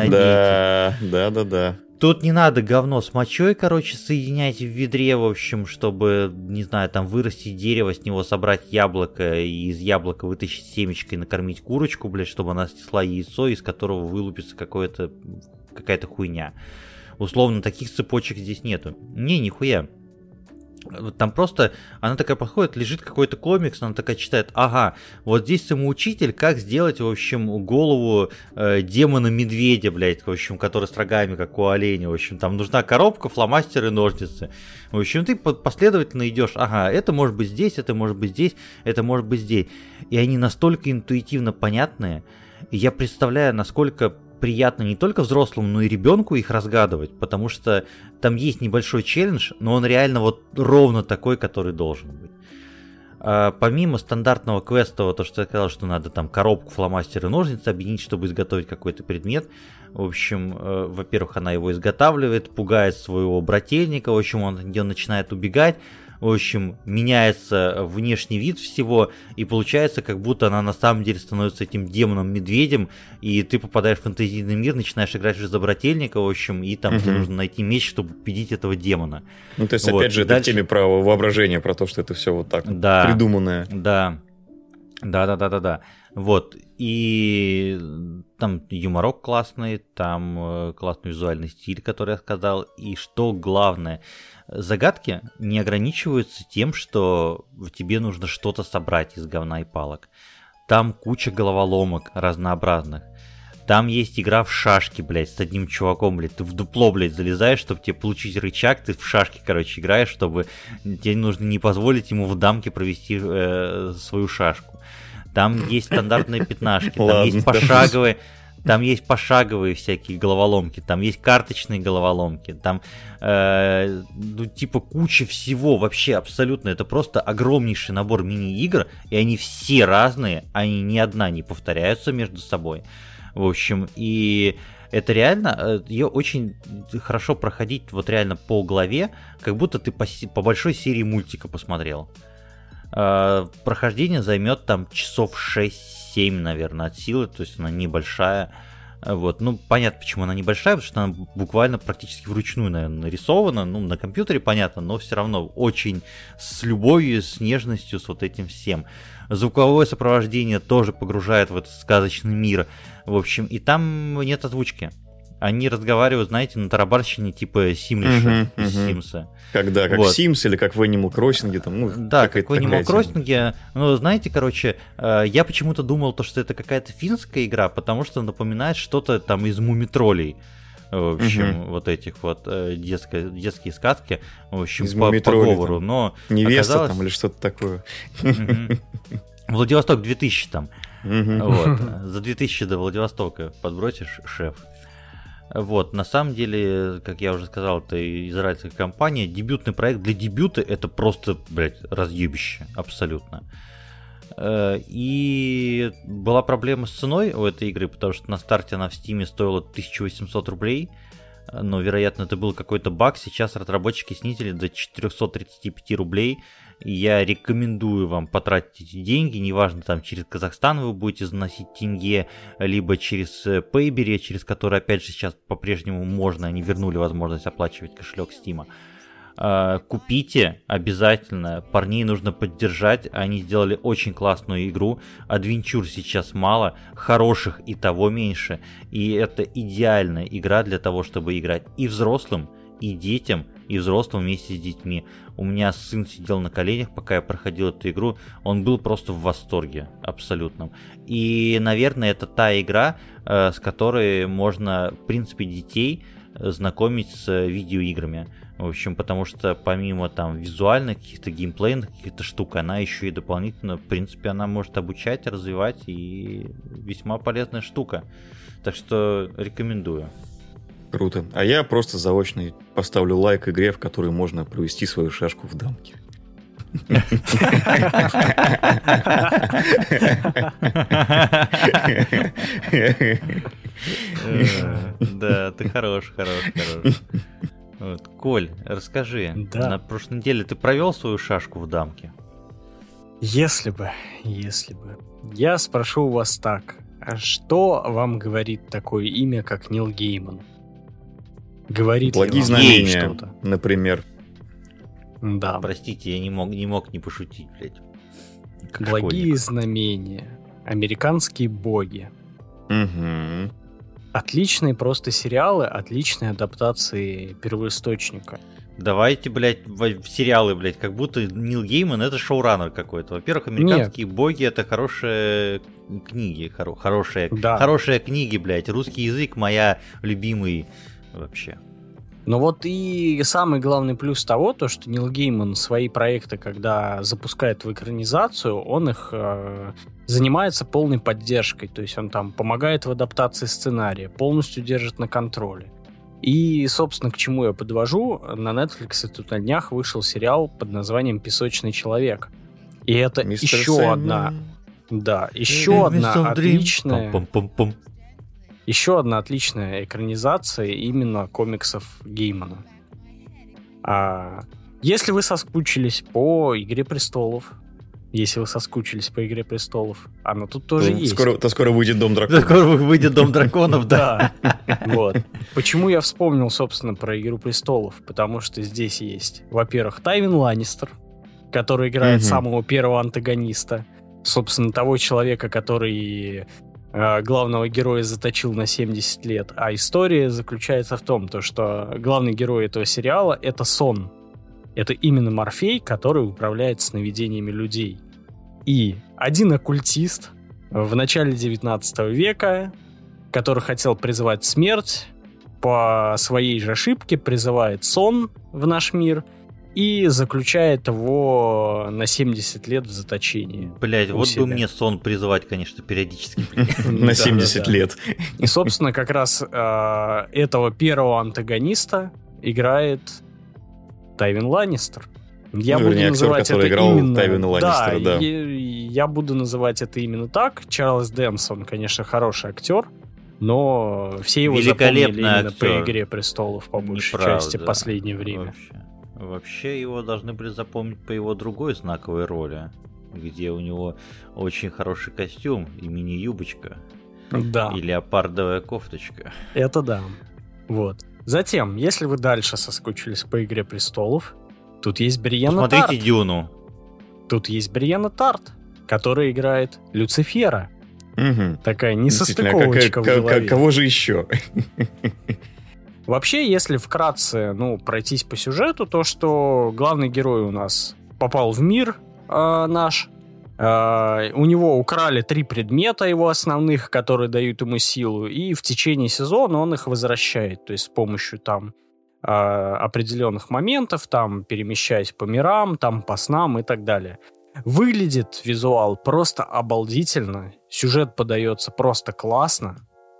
Да, да, да, да. Тут не надо говно с мочой, короче, соединять в ведре, в общем, чтобы, не знаю, там вырастить дерево, с него собрать яблоко, и из яблока вытащить семечко и накормить курочку, блядь, чтобы она снесла яйцо, из которого вылупится какое-то, какая-то хуйня. Условно, таких цепочек здесь нету. Не, нихуя. Там просто, она такая подходит, лежит какой-то комикс, она такая читает, ага, вот здесь самоучитель, как сделать, в общем, голову э, демона-медведя, блядь, в общем, который с рогами, как у оленя, в общем, там нужна коробка, фломастер и ножницы. В общем, ты последовательно идешь, ага, это может быть здесь, это может быть здесь, это может быть здесь. И они настолько интуитивно понятные, и я представляю, насколько приятно не только взрослому, но и ребенку их разгадывать, потому что там есть небольшой челлендж, но он реально вот ровно такой, который должен быть. А помимо стандартного квеста, то, что я сказал, что надо там коробку, фломастер и ножницы объединить, чтобы изготовить какой-то предмет. В общем, э, во-первых, она его изготавливает, пугает своего брательника, в общем, он, он начинает убегать. В общем, меняется внешний вид всего, и получается, как будто она на самом деле становится этим демоном-медведем, и ты попадаешь в фэнтезийный мир, начинаешь играть уже за брательника, в общем, и там угу. тебе нужно найти меч, чтобы победить этого демона. Ну, то есть, вот. опять же, это дальше... в теме про воображение, про то, что это все вот так да, придуманное. Да, да-да-да-да-да. Вот, и там юморок классный, там классный визуальный стиль, который я сказал, и что главное, загадки не ограничиваются тем, что тебе нужно что-то собрать из говна и палок. Там куча головоломок разнообразных. Там есть игра в шашки, блядь, с одним чуваком, блядь. Ты в дупло, блядь, залезаешь, чтобы тебе получить рычаг. Ты в шашки, короче, играешь, чтобы тебе нужно не позволить ему в дамке провести э, свою шашку. Там есть стандартные пятнашки, там есть пошаговые... Там есть пошаговые всякие головоломки, там есть карточные головоломки, там э, ну, типа куча всего вообще абсолютно. Это просто огромнейший набор мини-игр, и они все разные, они ни одна не повторяются между собой. В общем, и это реально, ее очень хорошо проходить вот реально по главе, как будто ты по, по большой серии мультика посмотрел. Э, прохождение займет там часов шесть-семь, наверное, от силы, то есть она небольшая. Вот. Ну, понятно, почему она небольшая, потому что она буквально практически вручную, наверное, нарисована. Ну, на компьютере, понятно, но все равно очень с любовью, с нежностью, с вот этим всем. Звуковое сопровождение тоже погружает в этот сказочный мир. В общем, и там нет озвучки. Они разговаривают, знаете, на тарабарщине типа Симлиша uh-huh, из uh-huh. Симса. Когда, как вот. в Sims или как в Animal Crossing. Там, ну, да, как в Animal Crossing. Ну, знаете, короче, я почему-то думал, то, что это какая-то финская игра, потому что напоминает что-то там из Мумитролей. В общем, uh-huh. вот этих вот детские, детские сказки. В общем, из по, по говору. Там. Но Невеста оказалось... там или что-то такое. Uh-huh. Владивосток две тысячи там. Вот. За две тысячи до Владивостока подбросишь, шеф. Вот, на самом деле, как я уже сказал, это израильская компания. Дебютный проект для дебюта это просто, блядь, разъебище, абсолютно. И была проблема с ценой у этой игры, потому что на старте она в Steam стоила тысяча восемьсот рублей. Но, вероятно, это был какой-то баг. Сейчас разработчики снизили до четыреста тридцать пять рублей. И я рекомендую вам потратить эти деньги. Неважно, там через Казахстан вы будете заносить тенге, либо через Payberry, через который, опять же, сейчас по-прежнему можно. Они вернули возможность оплачивать кошелек Steam. Купите обязательно, парней нужно поддержать, они сделали очень классную игру, адвенчур сейчас мало, хороших и того меньше, и это идеальная игра для того, чтобы играть и взрослым, и детям, и взрослым вместе с детьми. У меня сын сидел на коленях, пока я проходил эту игру, он был просто в восторге абсолютном. И, наверное, это та игра, с которой можно, в принципе, детей знакомить с видеоиграми. В общем, потому что помимо там визуальных каких-то геймплейных каких-то штук, она еще и дополнительно, в принципе, она может обучать, развивать, и весьма полезная штука. Так что рекомендую. Круто. А я просто заочно поставлю лайк игре, в которой можно провести свою шашку в дамке. Да, ты хорош, хорош, хорош. Вот. Коль, расскажи, да. На прошлой неделе ты провел свою шашку в дамке? Если бы, если бы. Я спрошу у вас так. А что вам говорит такое имя, как Нил Гейман? Говорит Благие ли вам знамения, что-то? Например. Да. Простите, я не мог не, мог не пошутить, блядь. Как Благие школьник. знамения. Американские боги. Угу. Отличные просто сериалы, отличные адаптации первоисточника. Давайте, блядь, в, в сериалы, блядь, как будто Нил Гейман это шоураннер какой-то. Во-первых, американские Нет. боги это хорошие книги, хоро- хорошие, да. хорошие книги, блядь. Русский язык моя любимый вообще. Но вот и самый главный плюс того, то, что Нил Гейман свои проекты, когда запускает в экранизацию, он их э, занимается полной поддержкой. То есть он там помогает в адаптации сценария, полностью держит на контроле. И, собственно, к чему я подвожу, на Netflix тут на днях вышел сериал под названием «Песочный человек». И это Мистер еще Сэм. одна... Да, еще одна отличная... Пум-пум-пум. Еще одна отличная экранизация именно комиксов Геймана. А если вы соскучились по «Игре престолов», если вы соскучились по «Игре престолов», она тут тоже то есть. Скоро, то скоро выйдет «Дом драконов». Скоро выйдет «Дом драконов», да. Вот. Почему я вспомнил, собственно, про «Игру престолов»? Потому что здесь есть, во-первых, Тайвин Ланнистер, который играет самого первого антагониста, собственно, того человека, который... главного героя заточил на семьдесят лет. А история заключается в том, то, что главный герой этого сериала — это сон. Это именно Морфей, который управляет сновидениями людей. И один оккультист в начале девятнадцатого века, который хотел призывать смерть, по своей же ошибке призывает сон в наш мир и заключает его на семьдесят лет в заточении. Блять, вот себя. Бы мне сон призывать, конечно, периодически. На семьдесят лет. И, собственно, как раз этого первого антагониста играет Тайвин Ланнистер. Я буду называть это именно... Тайвина Ланнистера, да. Я буду называть это именно так. Чарльз Дэнсон, конечно, хороший актер, но все его запомнили именно по «Игре престолов» по большей части в последнее время. Вообще его должны были запомнить по его другой знаковой роли, где у него очень хороший костюм и мини-юбочка. Да. И леопардовая кофточка. Это да. Вот. Затем, если вы дальше соскучились по «Игре престолов», тут есть Бриенна Тарт. Посмотрите «Дюну». Тут есть Бриенна Тарт, которая играет Люцифера. Угу. Такая несостыковочка а в голове. Кого же еще? Вообще, если вкратце, ну, пройтись по сюжету, то, что главный герой у нас попал в мир э, наш, э, у него украли три предмета его основных, которые дают ему силу, и в течение сезона он их возвращает, то есть с помощью там э, определенных моментов, там перемещаясь по мирам, там по снам и так далее. Выглядит визуал просто обалдительно, сюжет подается просто классно.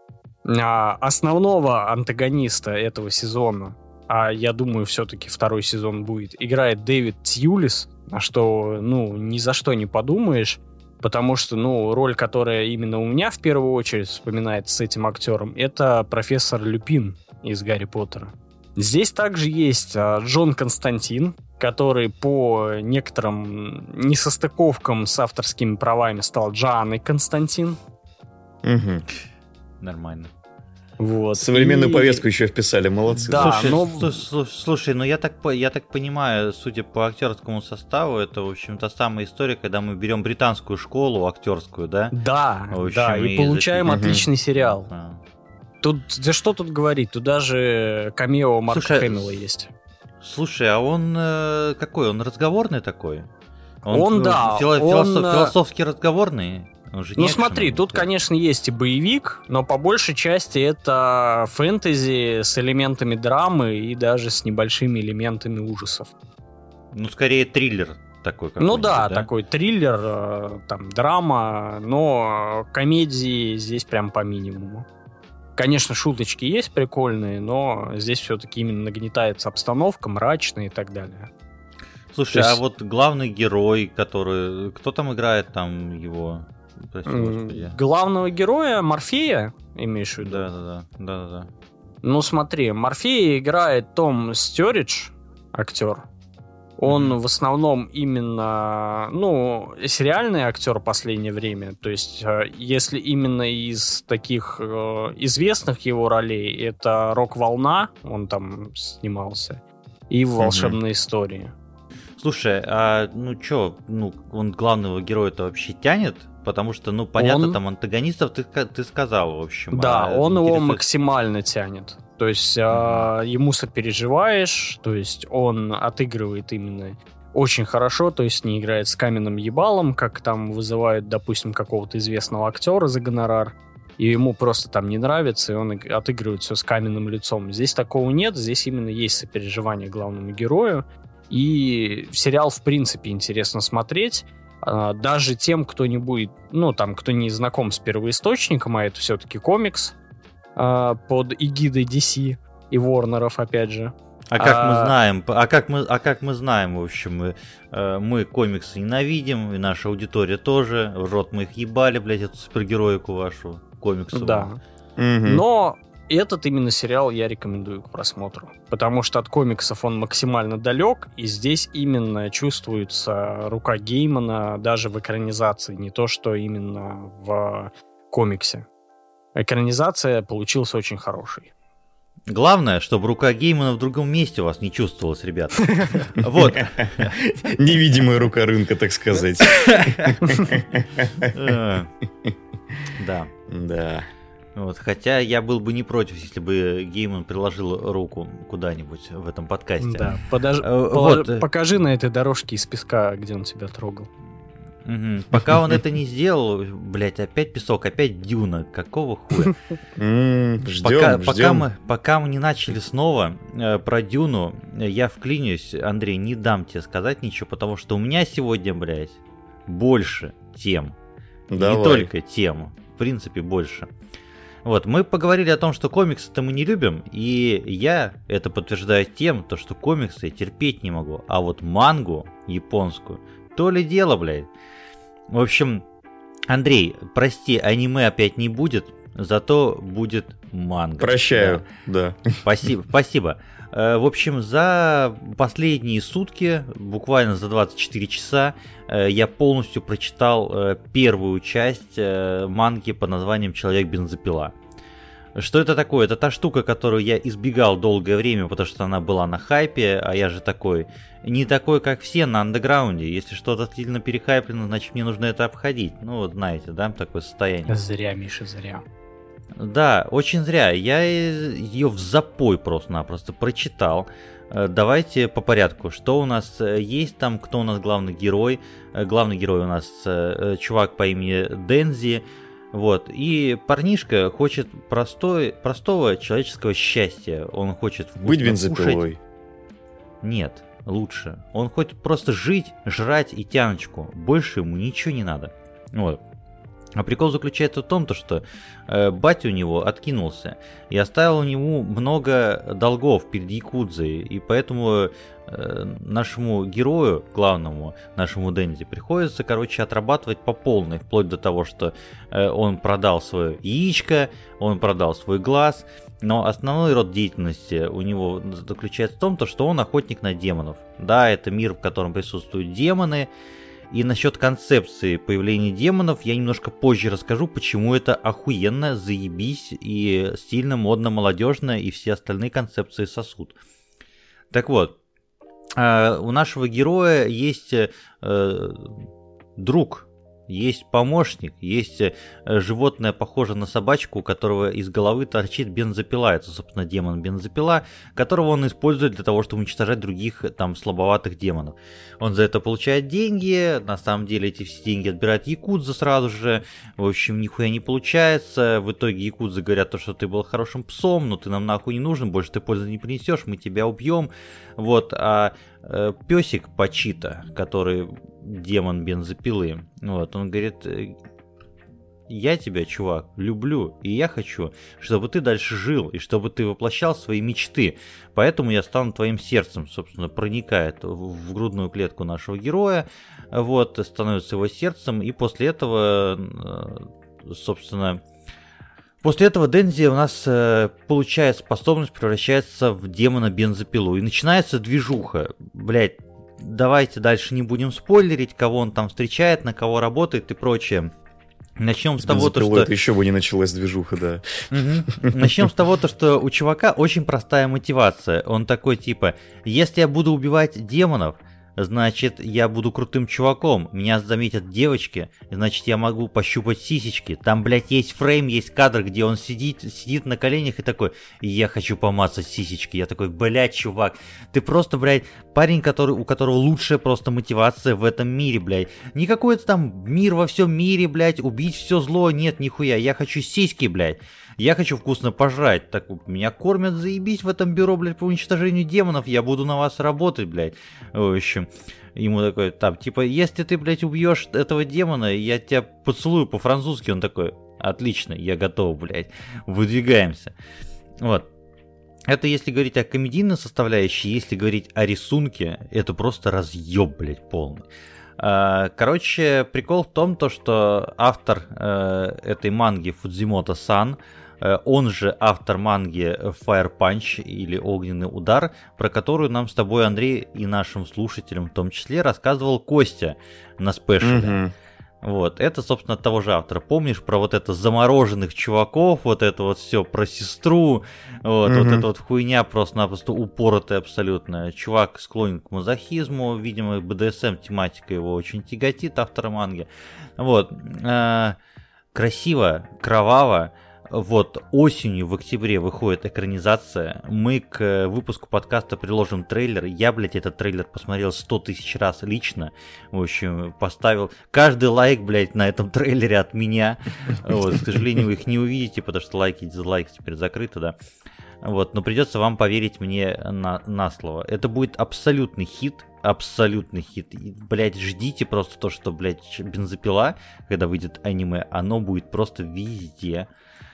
А основного антагониста этого сезона, а я думаю, все-таки второй сезон будет, играет Дэвид Тьюлис, на что, ну, ни за что не подумаешь, потому что, ну, роль, которая именно у меня в первую очередь вспоминается с этим актером, это профессор Люпин из «Гарри Поттера». Здесь также есть а, Джон Константин, который по некоторым несостыковкам с авторскими правами стал Джанной Константин. Угу. Нормально. Вот. Современную и... повестку еще вписали, молодцы. Да, слушай, но... слушай, слушай, ну я так, я так понимаю, судя по актерскому составу, это, в общем-то, самая история, когда мы берем британскую школу актерскую, да? Да, общем, да, и, и получаем запи... отличный угу. сериал. А. Тут, да что тут говорить, тут даже камео Марка слушай, Хэмилла есть. Слушай, а он э, какой? Он разговорный такой? Он, он да. Фило- он, философ- философски разговорный? Ну смотри, тут, конечно, есть и боевик, но по большей части это фэнтези с элементами драмы и даже с небольшими элементами ужасов. Ну, скорее триллер такой. Ну да, да, такой триллер, там, драма, но комедии здесь прям по минимуму. Конечно, шуточки есть прикольные, но здесь все-таки именно нагнетается обстановка, мрачная и так далее. Слушай, есть... а вот главный герой, который... Кто там играет там его... Прости, Господи. Главного героя Морфея, имеешь в виду? Да, да, да, да, да. Ну смотри, Морфея играет Том Стёридж, актер. Он mm-hmm. в основном именно, ну, сериальный актер в последнее время. То есть, если именно из таких э, известных его ролей, это «Рок-волна», он там снимался, и в «Волшебной mm-hmm. истории». Слушай, а ну чё, ну, он главного героя-то вообще тянет? Потому что, ну, понятно, он... там антагонистов ты, ты сказал, в общем. Да, а он интересует... его максимально тянет. То есть mm-hmm. э, ему сопереживаешь, то есть он отыгрывает именно очень хорошо, то есть не играет с каменным ебалом, как там вызывают, допустим, какого-то известного актера за гонорар, и ему просто там не нравится, и он отыгрывает все с каменным лицом. Здесь такого нет, здесь именно есть сопереживание главному герою, и сериал, в принципе, интересно смотреть. Даже тем, кто не будет, ну, там, кто не знаком с первоисточником, а это все-таки комикс э, под эгидой ди си и Warner'ов, опять же. А как а... мы знаем, а как мы, а как мы знаем, в общем, мы, э, мы комиксы ненавидим, и наша аудитория тоже, в рот мы их ебали, блядь, эту супергероику вашу, комиксовую. Да, угу. Но этот именно сериал я рекомендую к просмотру, потому что от комиксов он максимально далек, и здесь именно чувствуется рука Геймана даже в экранизации, не то, что именно в комиксе. Экранизация получилась очень хорошей. Главное, чтобы рука Геймана в другом месте у вас не чувствовалась, ребята. Вот. Невидимая рука рынка, так сказать. Да. Да. Вот, хотя я был бы не против, если бы Гейман приложил руку куда-нибудь в этом подкасте. Да, Подож... э, вот. Покажи на этой дорожке из песка, где он тебя трогал. Угу. Пока он это не сделал, блять, опять песок, опять дюна, какого хуя? Ждем, пока мы пока мы не начали снова э, про дюну, я вклинюсь, Андрей, не дам тебе сказать ничего, потому что у меня сегодня, блять, больше тем. Давай. Не только тем, в принципе, больше. Вот, мы поговорили о том, что комиксы-то мы не любим, и я это подтверждаю тем, то, что комиксы я терпеть не могу, а вот мангу японскую, то ли дело, блядь. В общем, Андрей, прости, аниме опять не будет, зато будет манга. Прощаю, да. да. Спасибо, спасибо. В общем, за последние сутки, буквально за двадцать четыре часа, я полностью прочитал первую часть манги под названием «Человек-бензопила». Что это такое? Это та штука, которую я избегал долгое время, потому что она была на хайпе, а я же такой, не такой, как все на андеграунде. Если что-то сильно перехайплено, значит мне нужно это обходить. Ну вот знаете, да, такое состояние. Зря, Миша, зря. Да, очень зря. Я ее в запой просто-напросто прочитал. Давайте по порядку. Что у нас есть там, кто у нас главный герой? Главный герой у нас чувак по имени Дензи. Вот. И парнишка хочет простой, простого человеческого счастья. Он хочет быть бензопилой. Нет. лучше. Он хочет просто жить, жрать и тяночку. Больше ему ничего не надо. Вот. А прикол заключается в том, то, что э, батя у него откинулся и оставил ему много долгов перед Якудзой, и поэтому э, нашему герою, главному, нашему Дензи, приходится, короче, отрабатывать по полной, вплоть до того, что э, он продал свое яичко, он продал свой глаз, но основной род деятельности у него заключается в том, то, что он охотник на демонов. Да, это мир, в котором присутствуют демоны. И насчет концепции появления демонов я немножко позже расскажу, почему это охуенно, заебись и стильно, модно, молодежно, и все остальные концепции сосут. Так вот, у нашего героя есть друг, есть помощник, есть животное, похожее на собачку, у которого из головы торчит бензопила. Это, собственно, демон-бензопила, которого он использует для того, чтобы уничтожать других там слабоватых демонов. Он за это получает деньги, на самом деле эти все деньги отбирает Якудза сразу же. В общем, нихуя не получается. В итоге Якудза говорят, что ты был хорошим псом, но ты нам нахуй не нужен, больше ты пользы не принесешь, мы тебя убьем. Вот, а э, песик Пачита, который демон бензопилы, вот, он говорит: я тебя, чувак, люблю, и я хочу, чтобы ты дальше жил, и чтобы ты воплощал свои мечты, поэтому я стану твоим сердцем, собственно, проникает в грудную клетку нашего героя, вот, становится его сердцем, и после этого, собственно, после этого Дензи у нас э, получает способность, превращается в демона-бензопилу, и начинается движуха, блять. Давайте дальше не будем спойлерить, кого он там встречает, на кого работает и прочее. Начнем с, с того, то, что... это еще бы не началась движуха, да. Угу. Начнем с того, то, что у чувака очень простая мотивация. Он такой типа: если я буду убивать демонов, значит, я буду крутым чуваком, меня заметят девочки, значит, я могу пощупать сисечки. Там, блядь, есть фрейм, есть кадр, где он сидит, сидит на коленях и такой: я хочу помацать сисечки. Я такой: блядь, чувак, ты просто, блядь, парень, который, у которого лучшая просто мотивация в этом мире, блядь. Не какой-то там мир во всем мире, блядь, убить все зло, нет, нихуя. Я хочу сиськи, блядь. Я хочу вкусно пожрать. Так, меня кормят, заебись, в этом бюро, блядь, по уничтожению демонов. Я буду на вас работать, блядь. В общем, ему такой, там, типа, если ты, блядь, убьешь этого демона, я тебя поцелую по-французски. Он такой: отлично, я готов, блядь. Выдвигаемся. Вот. Это если говорить о комедийной составляющей, если говорить о рисунке, это просто разъеб, блядь, полный. Короче, прикол в том, то, что автор э, этой манги Фудзимото-сан, э, он же автор манги Fire Punch или Огненный удар, про которую нам с тобой, Андрей, и нашим слушателям в том числе рассказывал Костя на спешле. Mm-hmm. Вот, это, собственно, от того же автора. Помнишь про вот это замороженных чуваков, вот это вот все про сестру, вот, mm-hmm. вот эта вот хуйня просто-напросто упоротая абсолютно. Чувак склонен к мазохизму, видимо, бэ дэ эс эм тематика его очень тяготит, автора манги. Вот, красиво, кроваво. Вот, осенью в октябре выходит экранизация. Мы к выпуску подкаста приложим трейлер. Я, блядь, этот трейлер посмотрел сто тысяч раз лично. В общем, поставил каждый лайк, блядь, на этом трейлере от меня. Вот, к сожалению, вы их не увидите, потому что лайки и дизлайки теперь закрыты, да. Вот, но придется вам поверить мне на, на слово. Это будет абсолютный хит. Абсолютный хит. И, блядь, ждите просто то, что, блядь, бензопила, когда выйдет аниме, оно будет просто везде.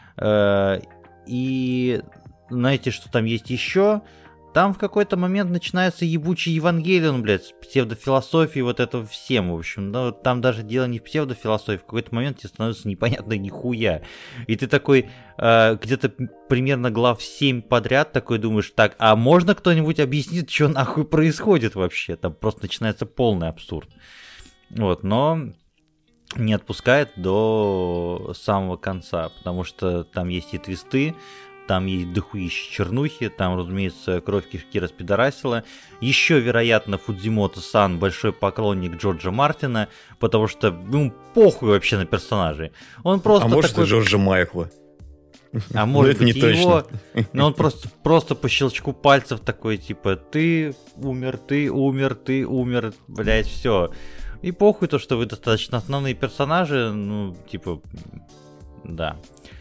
И знаете, что там есть еще? Там в какой-то момент начинается ебучий Евангелион, блядь, с псевдофилософией, вот это всем, в общем. Ну, там даже дело не в псевдофилософии, в какой-то момент тебе становится непонятно нихуя. И ты такой, э, где-то примерно глав семь подряд такой думаешь: так, а можно кто-нибудь объяснить, что нахуй происходит вообще? Там просто начинается полный абсурд. Вот, но... не отпускает до самого конца, потому что там есть и твисты, там есть дохуища чернухи, там, разумеется, кровь кишки распидорасила. Еще, вероятно, Фудзимото-сан большой поклонник Джорджа Мартина, потому что ему похуй вообще на персонажей. Он просто а может такой... и Джорджа Майкла. А может быть и его, но он просто, просто по щелчку пальцев такой, типа, ты умер, ты умер, ты умер, блять, все. И похуй то, что вы достаточно основные персонажи, ну, типа, да.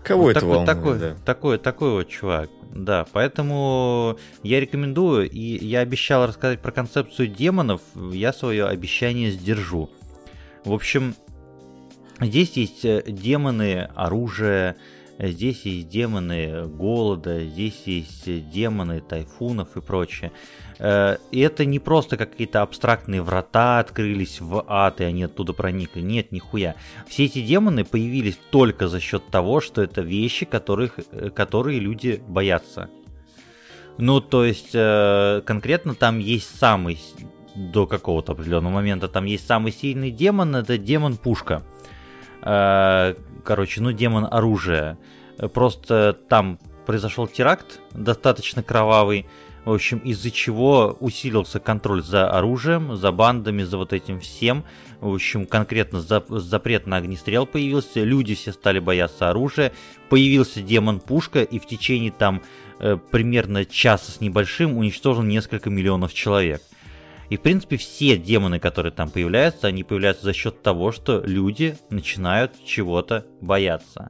Кого вот это такой, волнует, такой, да. такой, такой вот чувак. Да, поэтому я рекомендую, и я обещал рассказать про концепцию демонов, я свое обещание сдержу. В общем, здесь есть демоны оружия, здесь есть демоны голода, здесь есть демоны тайфунов и прочее. И это не просто какие-то абстрактные врата открылись в ад, и они оттуда проникли. Нет, нихуя. Все эти демоны появились только за счет того, что это вещи, которых, которые люди боятся. Ну, то есть, конкретно там есть самый, до какого-то определенного момента, там есть самый сильный демон, это демон-пушка. Короче, ну, демон оружия. Просто там произошел теракт, достаточно кровавый, в общем, из-за чего усилился контроль за оружием, за бандами, за вот этим всем. В общем, конкретно запрет на огнестрел появился, люди все стали бояться оружия, появился демон-пушка, и в течение там э, примерно часа с небольшим уничтожил несколько миллионов человек. И, в принципе, все демоны, которые там появляются, они появляются за счет того, что люди начинают чего-то бояться.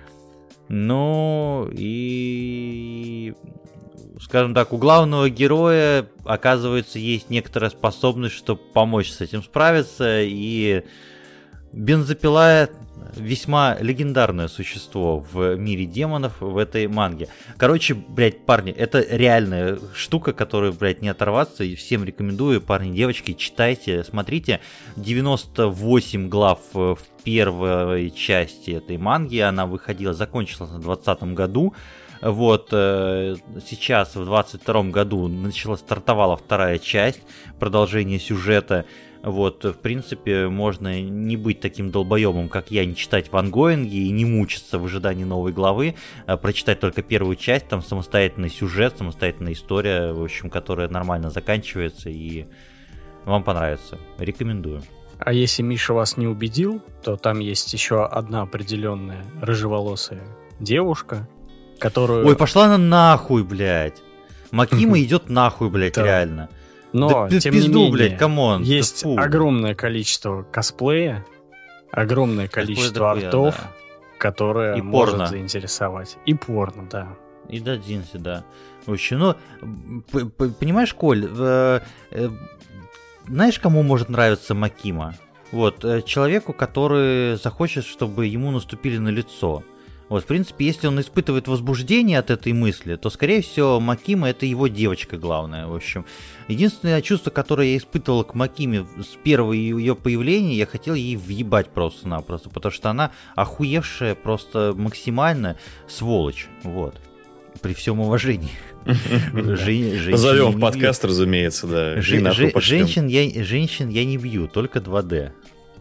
Ну, и... Скажем так, у главного героя, оказывается, есть некоторая способность, чтобы помочь с этим справиться, и бензопила весьма легендарное существо в мире демонов в этой манге. Короче, блядь, парни, это реальная штука, которую, блядь, не оторваться, и всем рекомендую, парни, девочки, читайте, смотрите. девяносто восемь глав в первой части этой манги, она выходила, закончилась в двадцатом году. Вот, сейчас в двадцать втором году начала, стартовала вторая часть, продолжение сюжета. Вот, в принципе, можно не быть таким долбоебом, как я, не читать в ангоинге и не мучиться в ожидании новой главы, а прочитать только первую часть, там самостоятельный сюжет, самостоятельная история, в общем, которая нормально заканчивается, и вам понравится. Рекомендую. А если Миша вас не убедил, то там есть еще одна определенная рыжеволосая девушка, которую... Ой, пошла она нахуй, блядь. Макима идет нахуй, блядь, реально. Но, да, тем пизду, не менее, блядь, камон. есть Фу. огромное количество косплея, огромное количество Косплей артов, да. которое и может порно. заинтересовать. И порно, да. И додзинси, да. В общем, ну, понимаешь, Коль, э, э, знаешь, кому может нравиться Макима? Вот, э, человеку, который захочет, чтобы ему наступили на лицо. Вот, в принципе, если он испытывает возбуждение от этой мысли, то, скорее всего, Макима — это его девочка главная, в общем. Единственное чувство, которое я испытывал к Макиме с первого ее появления, я хотел ей въебать просто-напросто, потому что она охуевшая просто максимально сволочь, вот. При всем уважении. Позовем в подкаст, разумеется, да. Женщин я не бью, только два дэ.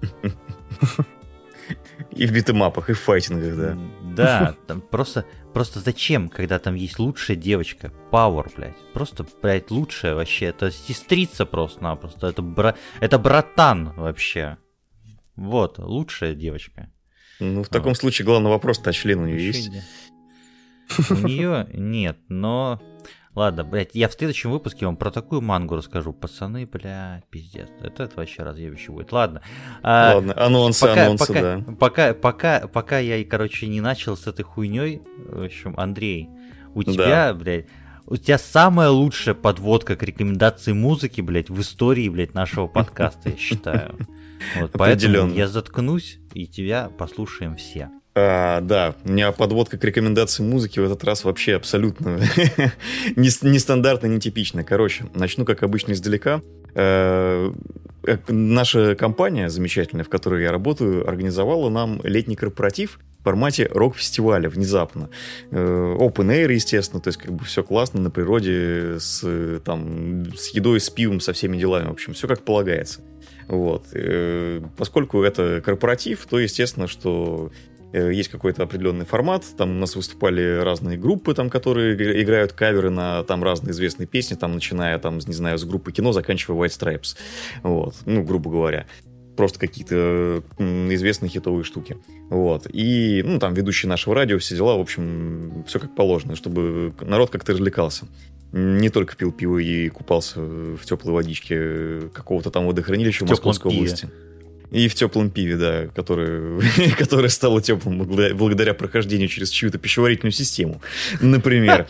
И в битэмапах, и в файтингах, да. Да, там просто, просто зачем, когда там есть лучшая девочка? Пауэр, блядь. Просто, блядь, лучшая вообще. Это сестрица просто-напросто. Это, бра... это братан вообще. Вот, лучшая девочка. Ну, в таком вот. случае главный вопрос, тачлин у нее есть? У нее нет, но... Ладно, блядь, я в следующем выпуске вам про такую мангу расскажу. Пацаны, блядь, пиздец. Это, это вообще разъебище будет. Ладно. Ладно, а, анонсы, пока, анонсы, пока, да. Пока, пока, пока я, короче, не начал с этой хуйней, в общем, Андрей, у тебя, да. блядь, у тебя самая лучшая подводка к рекомендации музыки, блядь, в истории, блядь, нашего подкаста, я считаю. Вот, поэтому я заткнусь, и тебя послушаем все. А, да, у меня подводка к рекомендации музыки в этот раз вообще абсолютно нестандартно, нетипичная. Короче, начну, как обычно, издалека. Наша компания замечательная, в которой я работаю, организовала нам летний корпоратив в формате рок-фестиваля внезапно. Open Air, естественно, то есть как бы все классно на природе, с, там, с едой, с пивом, со всеми делами. В общем, все как полагается. Вот. Поскольку это корпоратив, то естественно, что есть какой-то определенный формат. Там у нас выступали разные группы, там, которые играют каверы на там, разные известные песни, там, начиная там, не знаю, с группы кино, заканчивая White Stripes. Вот. Ну, грубо говоря. Просто какие-то известные хитовые штуки. Вот. И, ну, там, ведущие нашего радио, все дела, в общем, все как положено, чтобы народ как-то развлекался. Не только пил пиво и купался в теплой водичке какого-то там водохранилища в, в Московской области. И в теплом пиве, да, которое, которое стало теплым благодаря, благодаря прохождению через чью-то пищеварительную систему, например.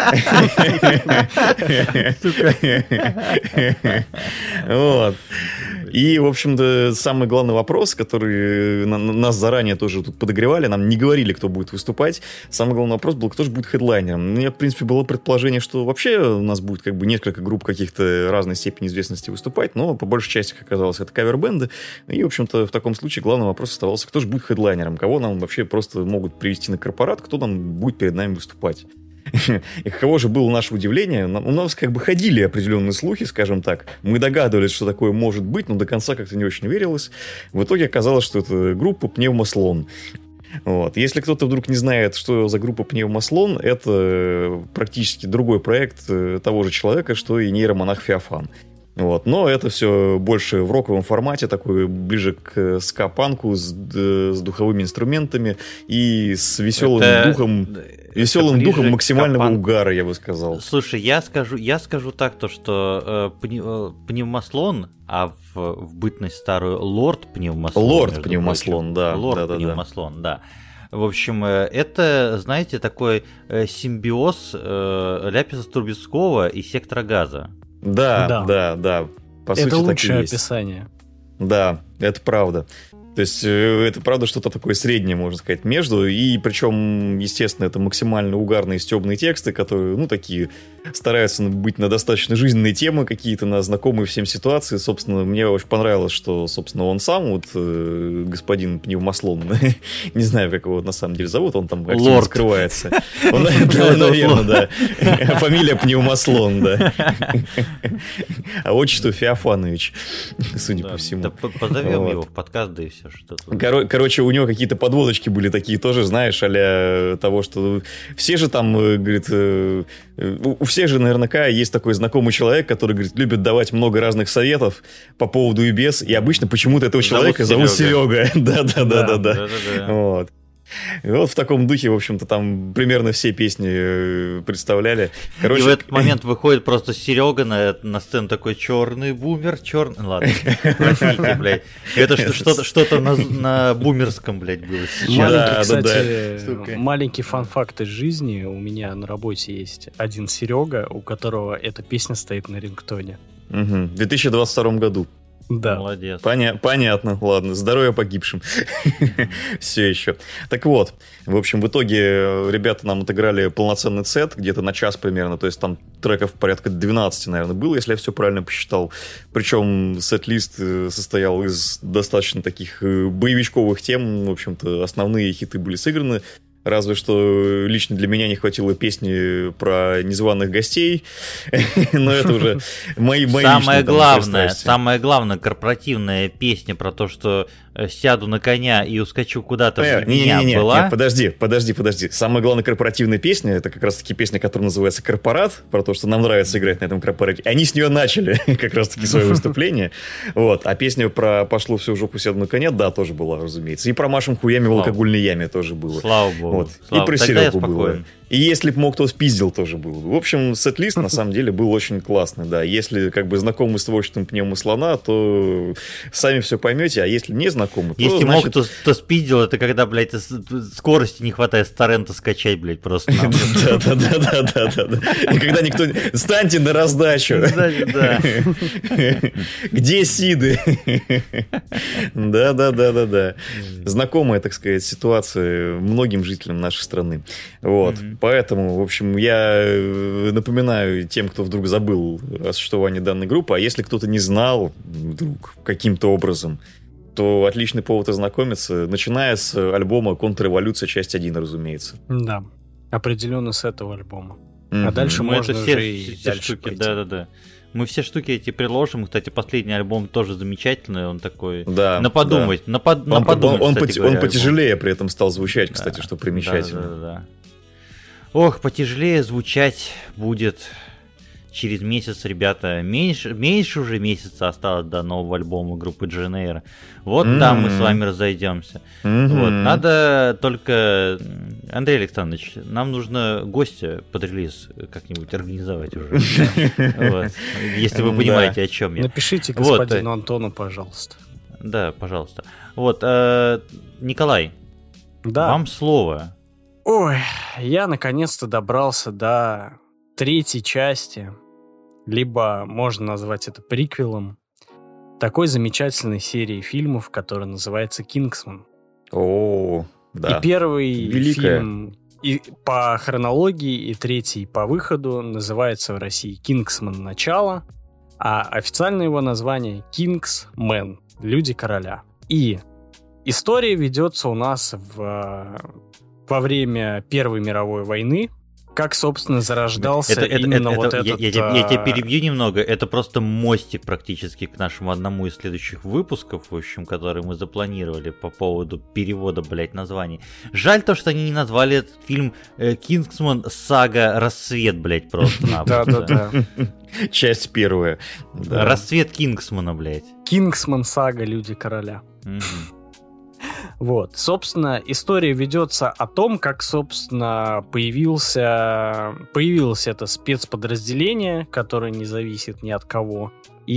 Вот. И, в общем-то, самый главный вопрос, который нас заранее тоже тут подогревали, нам не говорили, кто будет выступать. Самый главный вопрос был, кто же будет хедлайнером. У меня, в принципе, было предположение, что вообще у нас будет как бы несколько групп каких-то разной степени известности выступать, но по большей части, как оказалось, это кавер-бенды. И, в общем-то, в таком случае главный вопрос оставался, кто же будет хедлайнером, кого нам вообще просто могут привести на корпорат, кто там будет перед нами выступать. И каково же было наше удивление, у нас как бы ходили определенные слухи, скажем так, мы догадывались, что такое может быть, но до конца как-то не очень верилось. В итоге оказалось, что это группа Пневмослон. Вот. Если кто-то вдруг не знает, что за группа Пневмослон, это практически другой проект того же человека, что и нейромонах Феофан. Вот. Но это все больше в роковом формате, такой ближе к ска-панку, с, с духовыми инструментами и с веселым это, духом, веселым духом максимального угара, я бы сказал. Слушай, я скажу, я скажу так, то, что э, Пневмослон, а в, в бытность старую Лорд Пневмослон. Лорд Пневмослон, да. Лорд да, Пневмослон, да. да. В общем, это, знаете, такой симбиоз э, Ляписа Трубецкого и Сектора Газа. Да, да, да, да. По это сути, лучшее описание. Да, это правда. То есть это правда что-то такое среднее, можно сказать, между. И причем, естественно, это максимально угарные стебные тексты, которые, ну, такие, стараются быть на достаточно жизненные темы какие-то, на знакомые всем ситуации. Собственно, мне очень понравилось, что, собственно, он сам, вот э, господин Пневмослон, не знаю, как его на самом деле зовут, он там активно скрывается. Наверное, да. Фамилия Пневмослон, да. А отчество Феофанович, судя по всему. Позовем его в подкаст, да и все. Кор- короче, у него какие-то подводочки были такие тоже, знаешь, а-ля того, что все же там, говорит, у всех же наверняка есть такой знакомый человек, который, говорит, любит давать много разных советов по поводу и без, и обычно почему-то этого человека зовут Серега. Да-да-да-да-да. Вот. И вот в таком духе, в общем-то, там примерно все песни представляли. Короче... И в этот момент выходит просто Серега на, на сцену, такой черный бумер, черный... Ладно, простите, блядь. Это что-то, что-то на, на бумерском, блядь, было сейчас. Маленький, да, кстати, да, да. маленький фан-факт из жизни. У меня на работе есть один Серега, у которого эта песня стоит на рингтоне. Угу. В две тысячи двадцать втором году. Да. Молодец. Поня- понятно, ладно, здоровья погибшим. Все еще. Так вот, в общем, в итоге ребята нам отыграли полноценный сет, где-то на час примерно, то есть там треков порядка двенадцать, наверное, было, если я все правильно посчитал. Причем сет-лист состоял из достаточно таких боевичковых тем, в общем-то, основные хиты были сыграны. Разве что лично для меня не хватило песни про незваных гостей, но это уже мои мои самое главное, самое главное корпоративная песня про то, что сяду на коня и ускочу куда-то в меня была. Подожди, подожди, подожди. Самая главная корпоративная песня, это как раз-таки песня, которая называется «Корпорат», про то, что нам нравится играть на этом корпорате. Они с нее начали как раз-таки свое выступление. Вот. А песня про «Пошло все в жопу, сяду на коня», да, тоже была, разумеется. И про «Машем хуями в алкогольной яме» тоже было. Слава богу. Вот. Слава. И про Серегу было. И если бы мог, кто спиздил, тоже был. В общем, сет-лист на самом деле был очень классный, да. Если как бы знакомы с творчеством Пневмослона, то сами все поймете, а если не знакомы, то если значит... мог, то, то спиздил, это когда, блядь, скорости не хватает с торрента скачать, блядь, просто. Да-да-да-да-да. И когда никто... Станьте на раздачу. Да. Где сиды? Да-да-да-да-да. Знакомая, так сказать, ситуация многим жителям нашей страны. Вот. Поэтому, в общем, я напоминаю тем, кто вдруг забыл о существовании данной группы, а если кто-то не знал вдруг каким-то образом, то отличный повод ознакомиться, начиная с альбома «Контрреволюция. Часть один», разумеется. Да, определенно с этого альбома. Mm-hmm. А дальше ну, можно все, уже и все дальше штуки, да-да-да. Мы все штуки эти приложим. Кстати, последний альбом тоже замечательный. Он такой... Да, на подумать. Да. На, под, он, на подумать, он, кстати он, говоря, он потяжелее при этом стал звучать, кстати, да, что примечательно. Да-да-да. Ох, потяжелее звучать будет через месяц, ребята. Меньше, меньше уже месяца осталось до нового альбома группы Дженейро. Вот mm-hmm. там мы с вами разойдемся. Mm-hmm. Вот, надо только... Андрей Александрович, нам нужно гостя под релиз как-нибудь организовать уже. Если вы понимаете, о чем я. Напишите господину Антону, пожалуйста. Да, пожалуйста. Вот, э, Николай, да. Вам слово. Ой, я наконец-то добрался до третьей части, либо можно назвать это приквелом, такой замечательной серии фильмов, которая называется «Кингсман». О, да. И первый Великая. фильм и по хронологии, и третий по выходу называется в России «Кингсман. Начало», а официальное его название «Кингсмен. Люди короля». И история ведется у нас в, во время Первой мировой войны, как, собственно, зарождался это, именно это, вот это, этот... Я, я, я тебя перебью немного. Это просто мостик практически к нашему одному из следующих выпусков, в общем, который мы запланировали по поводу перевода, блядь, названий. Жаль то, что они не назвали этот фильм «Кингсман. Сага. Рассвет», блядь, просто. Да-да-да. Часть первая. Рассвет Кингсмана, блядь. «Кингсман. Сага. Люди короля». Вот, собственно, история ведется о том, как, собственно, появился, появилось это спецподразделение, которое не зависит ни от кого,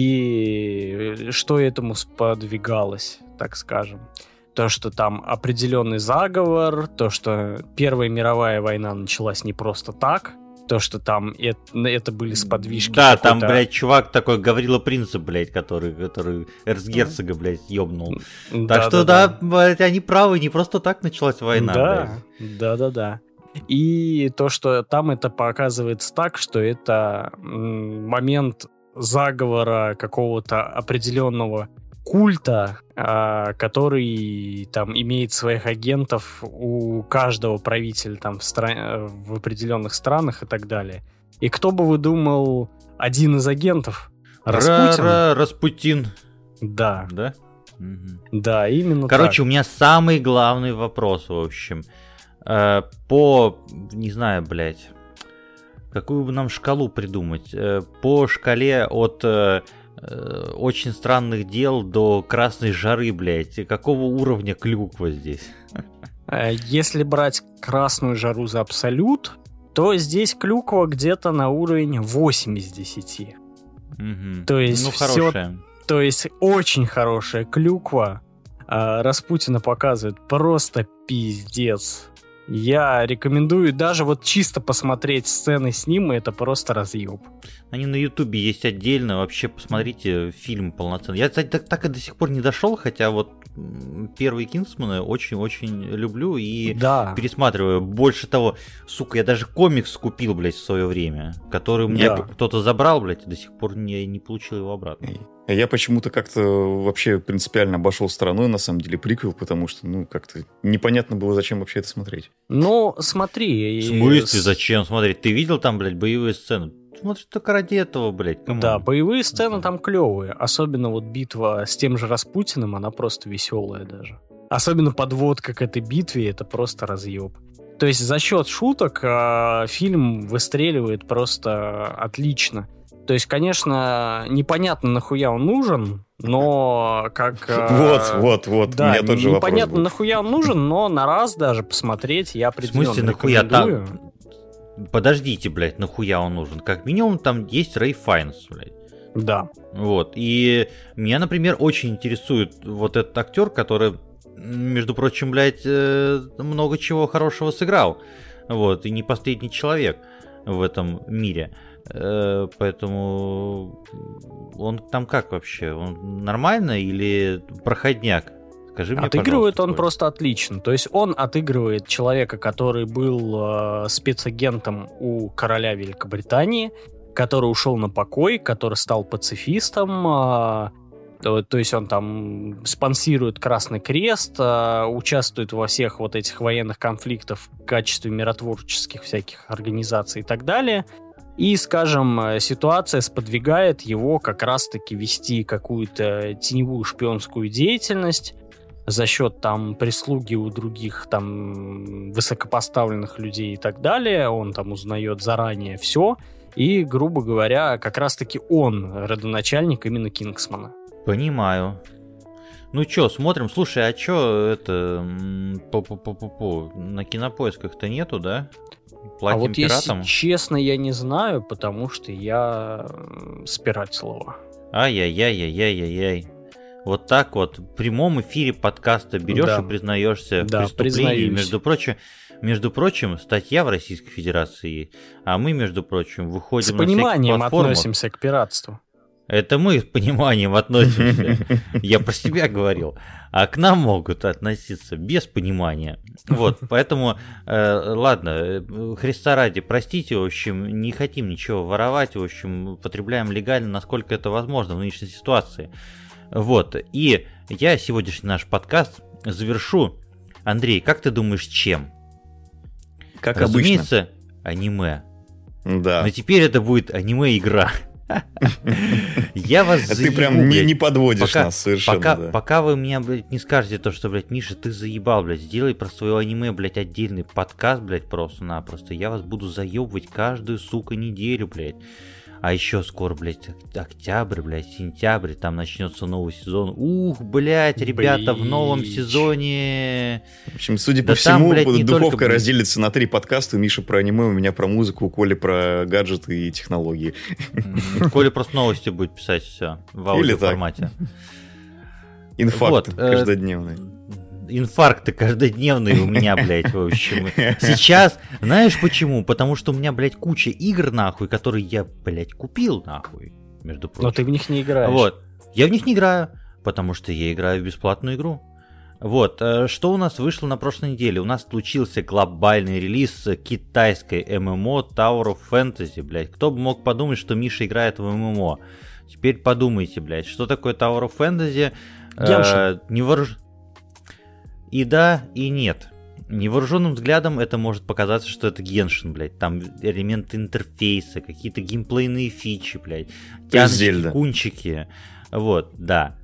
и что этому сподвигалось, так скажем. То, что там определенный заговор, то, что Первая мировая война началась не просто так, то, что там это, это были сподвижки. Да, там, блядь, чувак такой Гаврила Принца, блядь, который, который эрцгерцога, блядь, ёбнул. Да, так что, да, да, блядь, они правы, не просто так началась война, да, блядь. Да, да, да. И то, что там это показывается так, что это момент заговора какого-то определенного культа, который там имеет своих агентов у каждого правителя там в, стра... в определенных странах и так далее. И кто бы вы думал, один из агентов? Распутин? Ра-ра, Распутин. Да. Да? Угу. Да, именно Короче, так. у меня самый главный вопрос, в общем. По, не знаю, блядь, какую бы нам шкалу придумать? По шкале от... очень странных дел до красной жары, блядь. Какого уровня клюква здесь? Если брать красную жару за абсолют, то здесь клюква где-то на уровень восемь из десяти. Угу. То есть ну, все, хорошая. То есть очень хорошая клюква. А Распутина показывает просто пиздец. Я рекомендую даже вот чисто посмотреть сцены с ним, и это просто разъеб. Они на Ютубе есть отдельно, вообще посмотрите фильм полноценный. Я, кстати, так, так и до сих пор не дошел, хотя вот первые Кингсманы очень-очень люблю и да. пересматриваю. Больше того, сука, я даже комикс купил, блядь, в свое время, который у меня да. кто-то забрал, блядь, и до сих пор не, не получил его обратно. Я почему-то как-то вообще принципиально обошел стороной, на самом деле, приквел, потому что, ну, как-то непонятно было, зачем вообще это смотреть. Ну, смотри. В смысле, зачем смотреть? Ты видел там, блядь, боевые сцены? Смотришь только ради этого, блядь. Камон. Да, боевые сцены там клевые. Особенно вот битва с тем же Распутиным, она просто веселая даже. Особенно подводка к этой битве, это просто разъеб. То есть за счет шуток э, фильм выстреливает просто отлично. То есть, конечно, непонятно, нахуя он нужен, но как... Вот, вот, вот, да, у меня тот же вопрос непонятно, был. нахуя он нужен, но на раз даже посмотреть я определенно В смысле, нахуя? рекомендую. Там... Подождите, блядь, нахуя он нужен? Как минимум там есть Рэй Файнс, блядь. Да. Вот, и меня, например, очень интересует вот этот актер, который, между прочим, блядь, много чего хорошего сыграл. Вот, и не последний человек в этом мире. Поэтому он там как вообще? Он нормально или проходняк? Скажи мне, отыгрывает он такое. Просто отлично. То есть он отыгрывает человека, который был э, спецагентом у короля Великобритании, который ушел на покой, который стал пацифистом. Э, то, то есть он там спонсирует Красный Крест, э, участвует во всех вот этих военных конфликтах в качестве миротворческих всяких организаций и так далее. И, скажем, ситуация сподвигает его как раз-таки вести какую-то теневую шпионскую деятельность за счет там прислуги у других там высокопоставленных людей и так далее. Он там узнает заранее все. И, грубо говоря, как раз-таки он родоначальник именно Кингсмана. Понимаю. Ну чё, смотрим. Слушай, а чё это... По-по-по-по-по. На Кинопоисках-то нету, да? Платим а вот пиратам? Если честно, я не знаю, потому что я спиратил его. Ай-яй-яй-яй-яй-яй. вот так вот в прямом эфире подкаста берешь да. и признаешься да, в преступлении. Между прочим, между прочим, статья в Российской Федерации, а мы, между прочим, выходим с на пониманием относимся к пиратству. Это мы с пониманием относимся. Я про себя говорил. А к нам могут относиться без понимания. Вот, поэтому, э, ладно, Христа ради, простите, в общем, не хотим ничего воровать, в общем, потребляем легально, насколько это возможно в нынешней ситуации. Вот, и я сегодняшний наш подкаст завершу. Андрей, как ты думаешь, чем? Как Разумеется, обычно. аниме. Да. Но теперь это будет аниме-игра. Я вас а заебу, ты прям не, не подводишь пока, нас совершенно. Пока, да. пока вы меня, блядь, не скажете то, что, блядь, Миша, ты заебал, блядь, сделай про свое аниме, блядь, отдельный подкаст, блядь, просто-напросто. Я вас буду заебывать каждую, сука, неделю, блядь. А еще скоро, блядь, октябрь, блядь, сентябрь, там начнется новый сезон. Ух, блядь, ребята, Блич. в новом сезоне. В общем, судя да по всему, там, блядь, духовка только... разделится на три подкаста. У Миши про аниме, у меня про музыку, у Коли про гаджеты и технологии. Коля просто новости будет писать, все, в аудиоформате. Инфаркт каждодневный. Инфаркты каждодневные у меня, блядь, в общем. Сейчас, знаешь почему? Потому что у меня, блядь, куча игр, нахуй, которые я, блядь, купил, нахуй, между прочим. Но ты в них не играешь. Вот. Я в них не играю, потому что я играю в бесплатную игру. Вот. Что у нас вышло на прошлой неделе? У нас случился глобальный релиз китайской эм эм о Tower of Fantasy, блядь. Кто бы мог подумать, что Миша играет в эм эм о? Теперь подумайте, блядь, что такое Tower of Fantasy? Э, невооруженный. И да, и нет. Невооруженным взглядом это может показаться, что это Геншин, блядь. Там элементы интерфейса, какие-то геймплейные фичи, блядь. Тяночки, кунчики. Вот, да.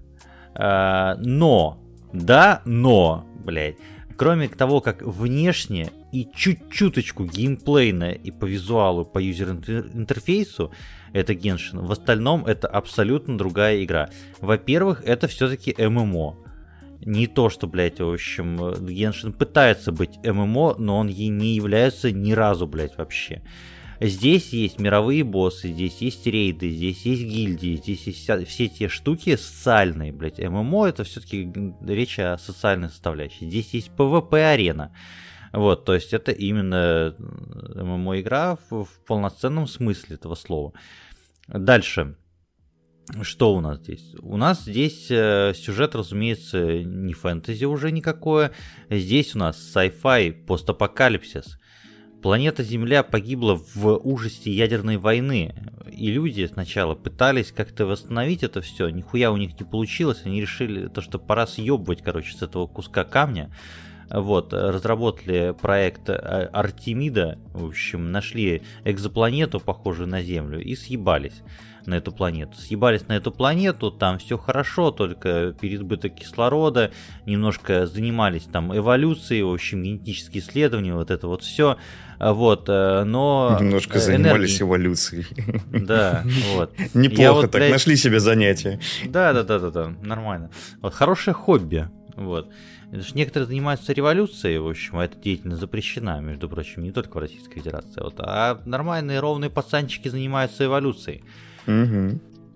А, но, да, но, блядь. Кроме того, как внешне и чуть-чуточку геймплейно и по визуалу, по юзер-интерфейсу, это Геншин. В остальном это абсолютно другая игра. Во-первых, это все-таки эм эм о. Не то, что, блядь, в общем, Геншин пытается быть эм эм о, но он ей не является ни разу, блядь, вообще. Здесь есть мировые боссы, здесь есть рейды, здесь есть гильдии, здесь есть вся, все те штуки социальные, блядь. эм эм о это все-таки речь о социальной составляющей. Здесь есть пи ви пи-арена. Вот, то есть это именно эм эм о-игра в, в полноценном смысле этого слова. Дальше. Что у нас здесь? У нас здесь э, сюжет, разумеется, не фэнтези уже никакое. Здесь у нас sci-fi, постапокалипсис. Планета Земля погибла в ужасе ядерной войны. И люди сначала пытались как-то восстановить это все. Нихуя у них не получилось. Они решили, то, что пора съебывать, короче, с этого куска камня. Вот, разработали проект Артемида. В общем, нашли экзопланету, похожую на Землю, и съебались на эту планету. Съебались на эту планету, там все хорошо, только переизбыток кислорода, немножко занимались там эволюцией, в общем, генетические исследования, вот это вот все, вот, но... Немножко занимались энергии... эволюцией. Да, вот. Неплохо вот, так, блядь... нашли себе занятия. Да-да-да-да, нормально. Вот, хорошее хобби, вот. Потому что некоторые занимаются революцией, в общем, а эта деятельность запрещена, между прочим, не только в Российской Федерации, вот, а нормальные ровные пацанчики занимаются эволюцией. Угу.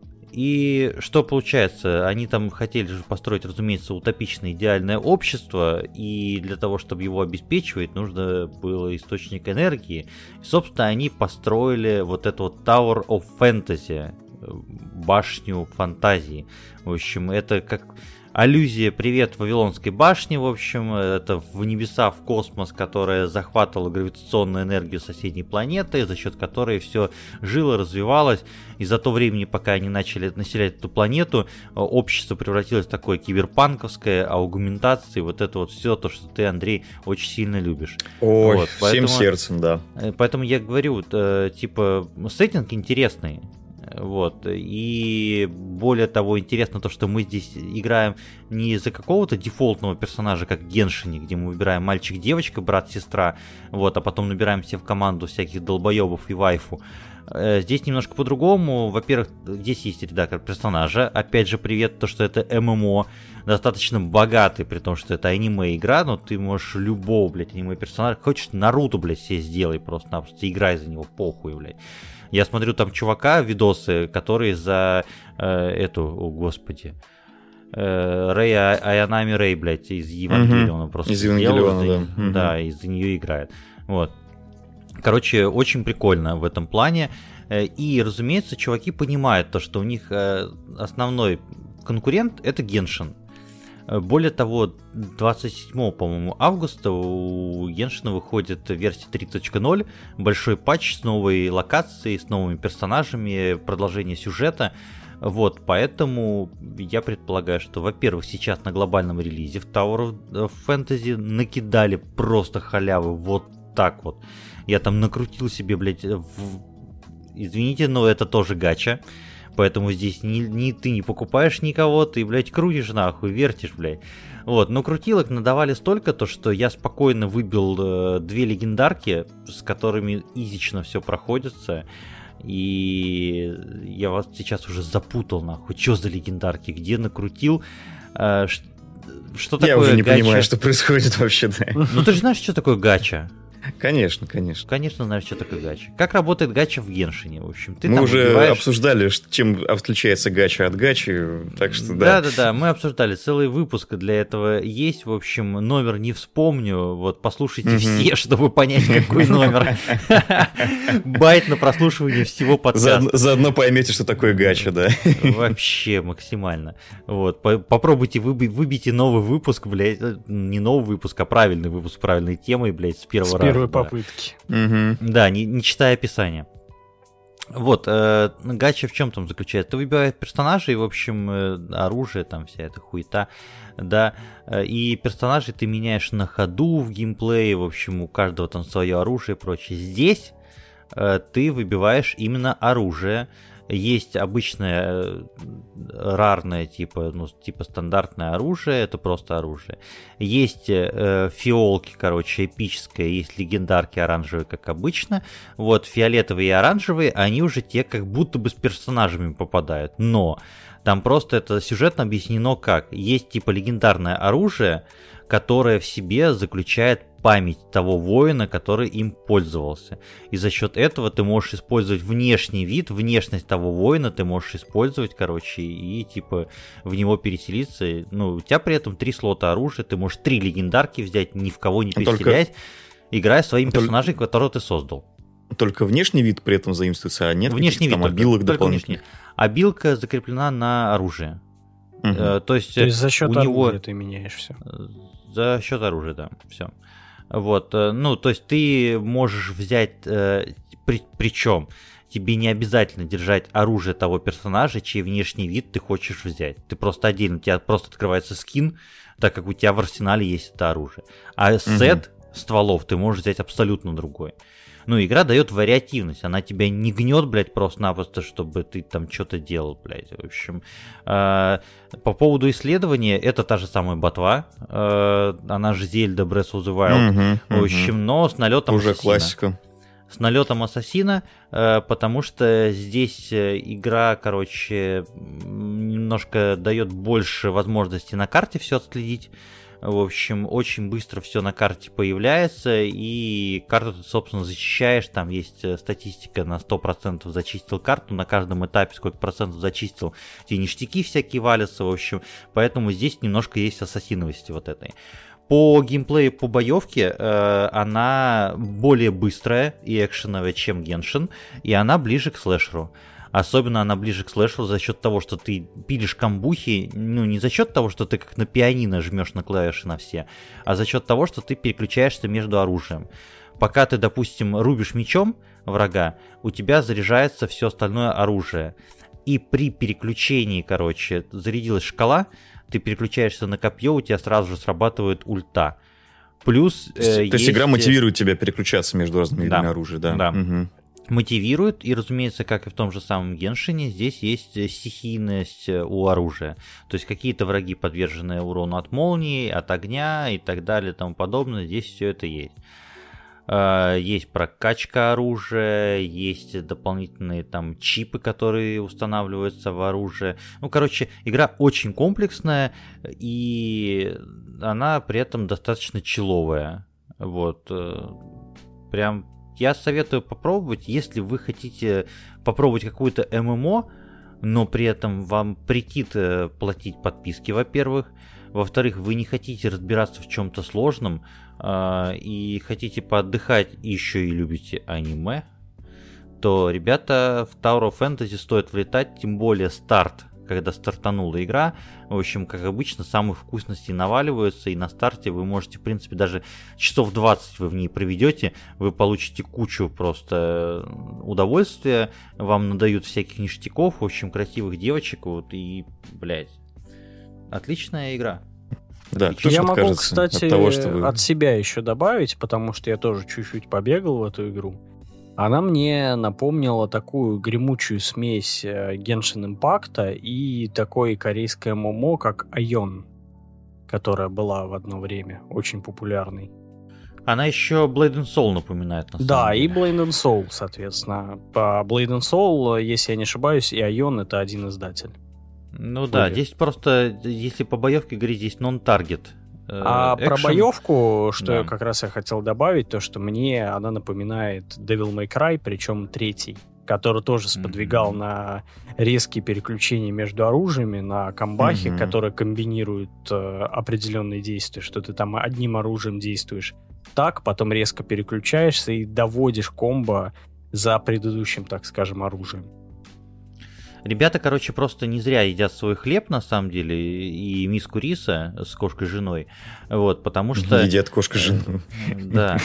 И что получается? Они там хотели же построить, разумеется, утопичное идеальное общество, и для того, чтобы его обеспечивать, нужно было источник энергии. И, собственно, они построили вот эту вот Tower of Fantasy, башню фантазии. В общем, это как... аллюзия «Привет Вавилонской башне», в общем, это в небеса, в космос, которая захватывала гравитационную энергию соседней планеты, за счет которой все жило, развивалось. И за то время, пока они начали населять эту планету, общество превратилось в такое киберпанковское, аугментации, вот это вот все, то, что ты, Андрей, очень сильно любишь. Ой, вот, поэтому, всем сердцем, да. Поэтому я говорю, типа, сеттинг интересный. Вот, и более того, интересно то, что мы здесь играем не за какого-то дефолтного персонажа, как в Геншине, где мы выбираем мальчик-девочка, брат-сестра, вот, а потом набираем себе в команду всяких долбоебов и вайфу. Здесь немножко по-другому. Во-первых, здесь есть редактор персонажа. Опять же, привет, то, что это эм эм о, достаточно богатый, при том, что это аниме-игра, но ты можешь любого, блядь, аниме-персонажа. Хочешь Наруто, блядь, себе сделай просто-напросто, играй за него, похуй, блядь. Я смотрю там чувака, видосы, которые за э, эту, о господи, Рэй Аянами Рэй, блядь, из Евангелиона угу. просто из Евангелиона, сделал, да. Угу. Да, из-за нее играет. Вот. Короче, очень прикольно в этом плане. И, разумеется, чуваки понимают то, что у них основной конкурент — это Genshin. Более того, двадцать седьмого, по-моему, августа у Genshin выходит версия три точка ноль, большой патч с новой локацией, с новыми персонажами, продолжение сюжета. Вот, поэтому я предполагаю, что, во-первых, сейчас на глобальном релизе в Tower of Fantasy накидали просто халявы вот так вот. Я там накрутил себе, блядь, в... извините, но это тоже гача. Поэтому здесь ни, ни ты не покупаешь никого, ты, блядь, крутишь нахуй, вертишь, блядь. Вот, но крутилок надавали столько, то что я спокойно выбил э, две легендарки, с которыми изично все проходится. И я вас сейчас уже запутал, нахуй. Чё за легендарки? Где накрутил? Э, ш... Что такое я уже не гача? понимаю, что происходит вообще, да. Ну ты же знаешь, что такое гача? Конечно, конечно. Конечно, знаешь, что такое гача. Как работает гача в Геншине, в общем. Ты мы там уже выбиваешь... обсуждали, чем отличается гача от гачи, так что да. Да-да-да, мы обсуждали, целый выпуск для этого есть, в общем, номер не вспомню, вот послушайте mm-hmm. все, чтобы понять, какой номер. Байт на прослушивание всего подкаста. Заодно поймете, что такое гача, да. Вообще максимально. Вот, попробуйте, выбейте новый выпуск, блядь, не новый выпуск, а правильный выпуск, правильной темой, блядь, с первого раза. Первой попытки. Угу. Да, не, не читая описание. Вот, э, гача в чем там заключается? Ты выбираешь персонажей, в общем, э, оружие, там вся эта хуета, да, э, и персонажей ты меняешь на ходу в геймплее, в общем, у каждого там свое оружие и прочее. Здесь э, ты выбиваешь именно оружие. Есть обычное рарное, типа, ну, типа стандартное оружие, это просто оружие. Есть э, фиолки, короче, эпическое, есть легендарки оранжевые, как обычно. Вот, фиолетовые и оранжевые, они уже те как будто бы с персонажами попадают. Но там просто это сюжетно объяснено как. Есть типа легендарное оружие, которое в себе заключает память того воина, который им пользовался. И за счет этого ты можешь использовать внешний вид, внешность того воина ты можешь использовать, короче, и типа в него переселиться. Ну, у тебя при этом три слота оружия, ты можешь три легендарки взять, ни в кого не переселять, Только... играя своим Только... персонажем, которого ты создал. Только внешний вид при этом заимствуется, а нет внешний вид там обилок дополнительных. Обилка закреплена на оружие. Угу. Э, то есть, то есть за счет у оружия него... ты меняешь все. За счет оружия, да, все. Вот, ну, то есть ты можешь взять, э, при, причем тебе не обязательно держать оружие того персонажа, чей внешний вид ты хочешь взять. Ты просто отдельно, у тебя просто открывается скин, так как у тебя в арсенале есть это оружие. А угу. сет стволов ты можешь взять абсолютно другой. Ну, игра дает вариативность, она тебя не гнет, блядь, просто-напросто, чтобы ты там что-то делал, блядь. В общем, э, по поводу исследования, это та же самая ботва, э, она же Зельда Breath of the Wild, угу, в общем, угу. но с налетом уже ассасина. Классика. С налетом ассасина, э, потому что здесь игра, короче, немножко дает больше возможностей на карте все отследить. В общем, очень быстро все на карте появляется, и карту ты, собственно, зачищаешь. Там есть статистика на сто процентов зачистил карту, на каждом этапе сколько процентов зачистил, те ништяки всякие валятся, в общем. Поэтому здесь немножко есть ассасиновости вот этой. По геймплею, по боевке, э, она более быстрая и экшеновая, чем Genshin, и она ближе к слэшеру. Особенно она ближе к слэшеру за счет того, что ты пилишь камбухи, ну не за счет того, что ты как на пианино жмешь на клавиши на все, а за счет того, что ты переключаешься между оружием. Пока ты, допустим, рубишь мечом врага, у тебя заряжается все остальное оружие. И при переключении, короче, зарядилась шкала, ты переключаешься на копье, у тебя сразу же срабатывает ульта. Плюс... То есть, э, то есть игра мотивирует тебя переключаться между разными видами да, оружия, да? Да. Угу. Мотивирует, и, разумеется, как и в том же самом Геншине, здесь есть стихийность у оружия. То есть какие-то враги, подверженные урону от молнии, от огня и так далее и тому подобное, здесь все это есть. Есть прокачка оружия, есть дополнительные там чипы, которые устанавливаются в оружие. Ну, короче, игра очень комплексная, и она при этом достаточно чиловая. Вот. Прям я советую попробовать, если вы хотите попробовать какую-то ММО, но при этом вам претит э, платить подписки, во-первых. Во-вторых, вы не хотите разбираться в чем-то сложном э, и хотите поотдыхать, и еще и любите аниме, то, ребята, в Tower of Fantasy стоит влетать, тем более старт, когда стартанула игра. В общем, как обычно, самые вкусности наваливаются, и на старте вы можете, в принципе, даже часов двадцать вы в ней проведете, вы получите кучу просто удовольствия, вам надают всяких ништяков, в общем, красивых девочек, вот, и, блядь, отличная игра. Да, я могу, кажется, кстати, от, того, что вы... от себя еще добавить, потому что я тоже чуть-чуть побегал в эту игру. Она мне напомнила такую гремучую смесь Genshin Impact и такой корейское ММО, как Aion, которая была в одно время очень популярной. Она еще Blade and Soul напоминает, на самом да, деле. и Blade and Soul, соответственно. По Blade and Soul, если я не ошибаюсь, и Aion — это один издатель. Ну да, здесь просто, если по боевке говорить, здесь нон-таргет. А экшен. Про боевку, что да. я как раз я хотел добавить, то, что мне она напоминает Devil May Cry, причем третий, который тоже сподвигал mm-hmm. на резкие переключения между оружиями, на комбахи, mm-hmm. которые комбинируют э, определенные действия, что ты там одним оружием действуешь так, потом резко переключаешься и доводишь комбо за предыдущим, так скажем, оружием. Ребята, короче, просто не зря едят свой хлеб, на самом деле, и миску риса с кошкой-женой, вот, потому что... Едят кошка-жену. Да.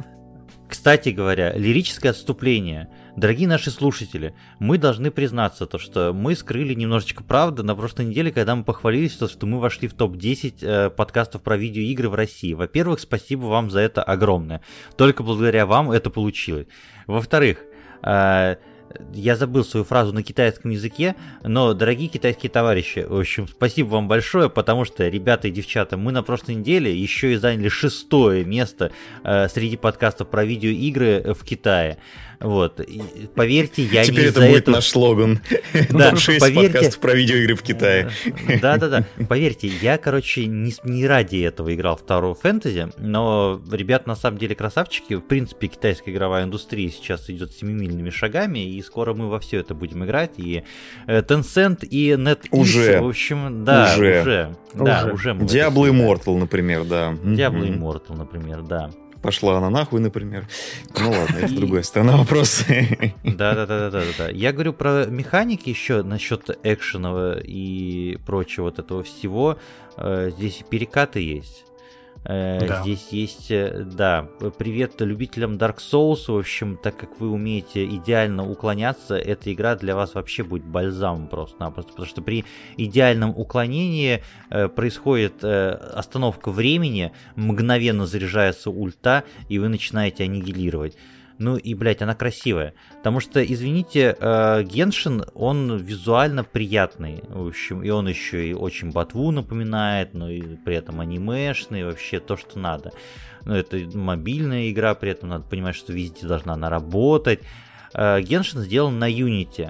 Кстати говоря, лирическое отступление. Дорогие наши слушатели, мы должны признаться, то, что мы скрыли немножечко правды на прошлой неделе, когда мы похвалились, то, что мы вошли в топ десять э, подкастов про видеоигры в России. Во-первых, спасибо вам за это огромное. Только благодаря вам это получилось. Во-вторых, э, я забыл свою фразу на китайском языке, но, дорогие китайские товарищи, в общем, спасибо вам большое, потому что, ребята и девчата, мы на прошлой неделе еще и заняли шестое место э, среди подкастов про видеоигры в Китае. Вот, и, поверьте, я Теперь не это из-за будет этого... наш слоган. Да, топ шесть поверьте... подкастов про видеоигры в Китае. Да-да-да, поверьте, я, короче, не, не ради этого играл в Tower of Fantasy, но ребята на самом деле красавчики. В принципе, китайская игровая индустрия сейчас идет семимильными шагами, и скоро мы во все это будем играть. И Tencent, и NetEase, уже. в общем, да, уже. уже. Да, уже. уже Diablo Immortal, например, да. Diablo Immortal, например, да. Пошла она нахуй, например. Ну ладно, это другая сторона вопроса. Да-да-да-да-да. Я говорю про механики еще насчет экшена и прочего вот этого всего. Здесь и перекаты есть. Да. Здесь есть, да, привет любителям Dark Souls. В общем, так как вы умеете идеально уклоняться, эта игра для вас вообще будет бальзамом просто-напросто. Потому что при идеальном уклонении э, происходит э, остановка времени, мгновенно заряжается ульта, и вы начинаете аннигилировать. Ну и, блядь, она красивая. Потому что, извините, Геншин, он визуально приятный. В общем, и он еще и очень ботву напоминает, но и при этом анимешный, вообще то, что надо. Но это мобильная игра, при этом надо понимать, что везде должна она работать. Геншин сделан на Unity,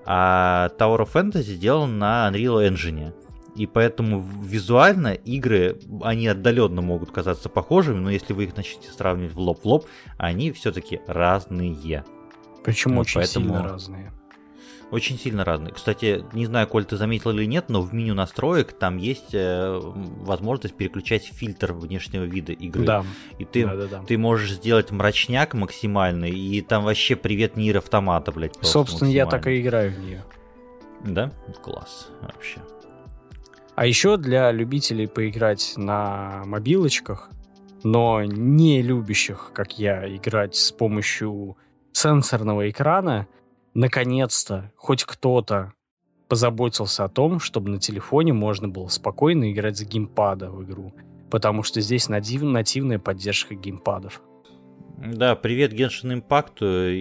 а Tower of Fantasy сделан на Unreal Engine. И поэтому визуально игры, они отдаленно могут казаться похожими, но если вы их начнете сравнивать в лоб в лоб, они все-таки разные. Причем вот очень поэтому... сильно разные. Очень сильно разные. Кстати, не знаю, Коль, ты заметил или нет, но в меню настроек там есть э, возможность переключать фильтр внешнего вида игры. Да. И ты, да, да, да. ты можешь сделать мрачняк максимальный, и там вообще привет Нир Автомата, блядь. Собственно, я так и играю в нее. Да? Класс. Вообще. А еще для любителей поиграть на мобилочках, но не любящих, как я, играть с помощью сенсорного экрана, наконец-то хоть кто-то позаботился о том, чтобы на телефоне можно было спокойно играть с геймпада в игру, потому что здесь натив, нативная поддержка геймпадов. Да, привет Genshin Impact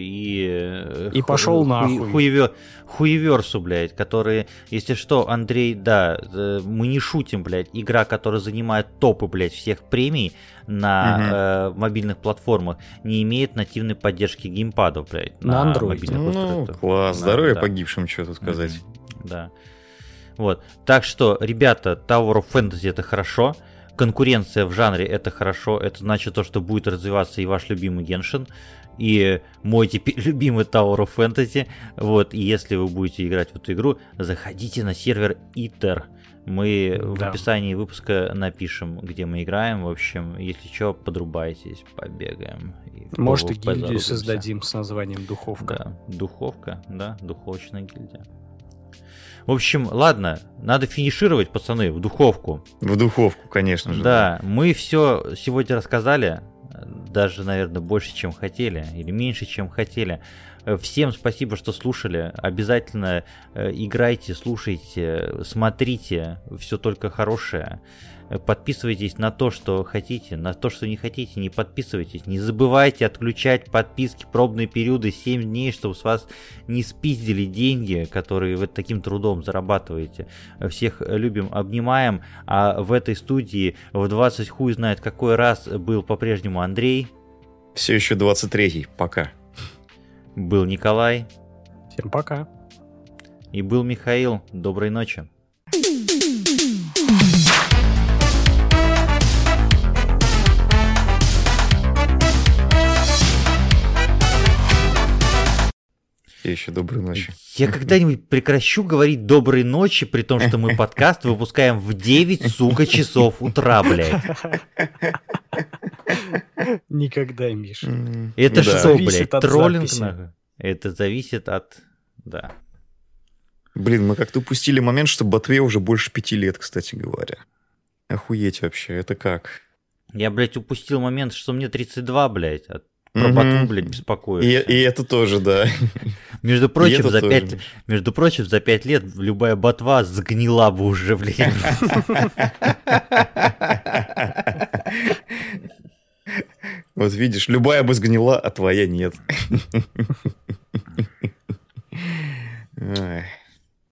и... И ху- пошел нахуй. Хуевер, хуеверсу, блядь, которые, если что, Андрей, да, мы не шутим, блядь, игра, которая занимает топы, блядь, всех премий на угу. э, мобильных платформах, не имеет нативной поддержки геймпадов, блядь. На, на Android. Ну, класс, на, здоровья да. погибшим, что тут сказать. Угу. Да. Вот, так что, ребята, Tower of Fantasy это хорошо. конкуренция в жанре — это хорошо, это значит то, что будет развиваться и ваш любимый Геншин, и мой теперь любимый Tower of Fantasy. Вот, и если вы будете играть в эту игру, заходите на сервер Итер. Мы да. в описании выпуска напишем, где мы играем. В общем, если что, подрубайтесь, побегаем. Может, и гильдию создадим с названием Духовка. Да, Духовка, да, духовочная гильдия. В общем, ладно, надо финишировать, пацаны, в духовку. В духовку, конечно же. Да, мы все сегодня рассказали, даже, наверное, больше, чем хотели, или меньше, чем хотели. Всем спасибо, что слушали. Обязательно играйте, слушайте, смотрите, все только хорошее. Подписывайтесь на то, что хотите, на то, что не хотите, не подписывайтесь. Не забывайте отключать подписки, пробные периоды семь дней, чтобы с вас не спиздили деньги, которые вы таким трудом зарабатываете. Всех любим, обнимаем. А в этой студии в двадцать хуй знает какой раз был по-прежнему Андрей. Все еще двадцать третий. Пока. Был Николай. Всем пока. И был Михаил. Доброй ночи. И еще доброй ночи. Я когда-нибудь прекращу говорить доброй ночи, при том, что мы подкаст выпускаем в девять, сука, часов утра, блядь. Никогда, Миша. Это да. Что, блядь, троллинг? Это зависит от... Да. Блин, мы как-то упустили момент, что Ботве уже больше пяти лет, кстати говоря. Охуеть вообще, это как? Я, блядь, упустил момент, что мне тридцать два, блядь, от... Про угу. ботву, блядь, беспокоюсь. И, и это тоже, да. Между прочим, за пять, между прочим, за пять лет любая ботва сгнила бы уже, блядь. Вот видишь, любая бы сгнила, а твоя нет.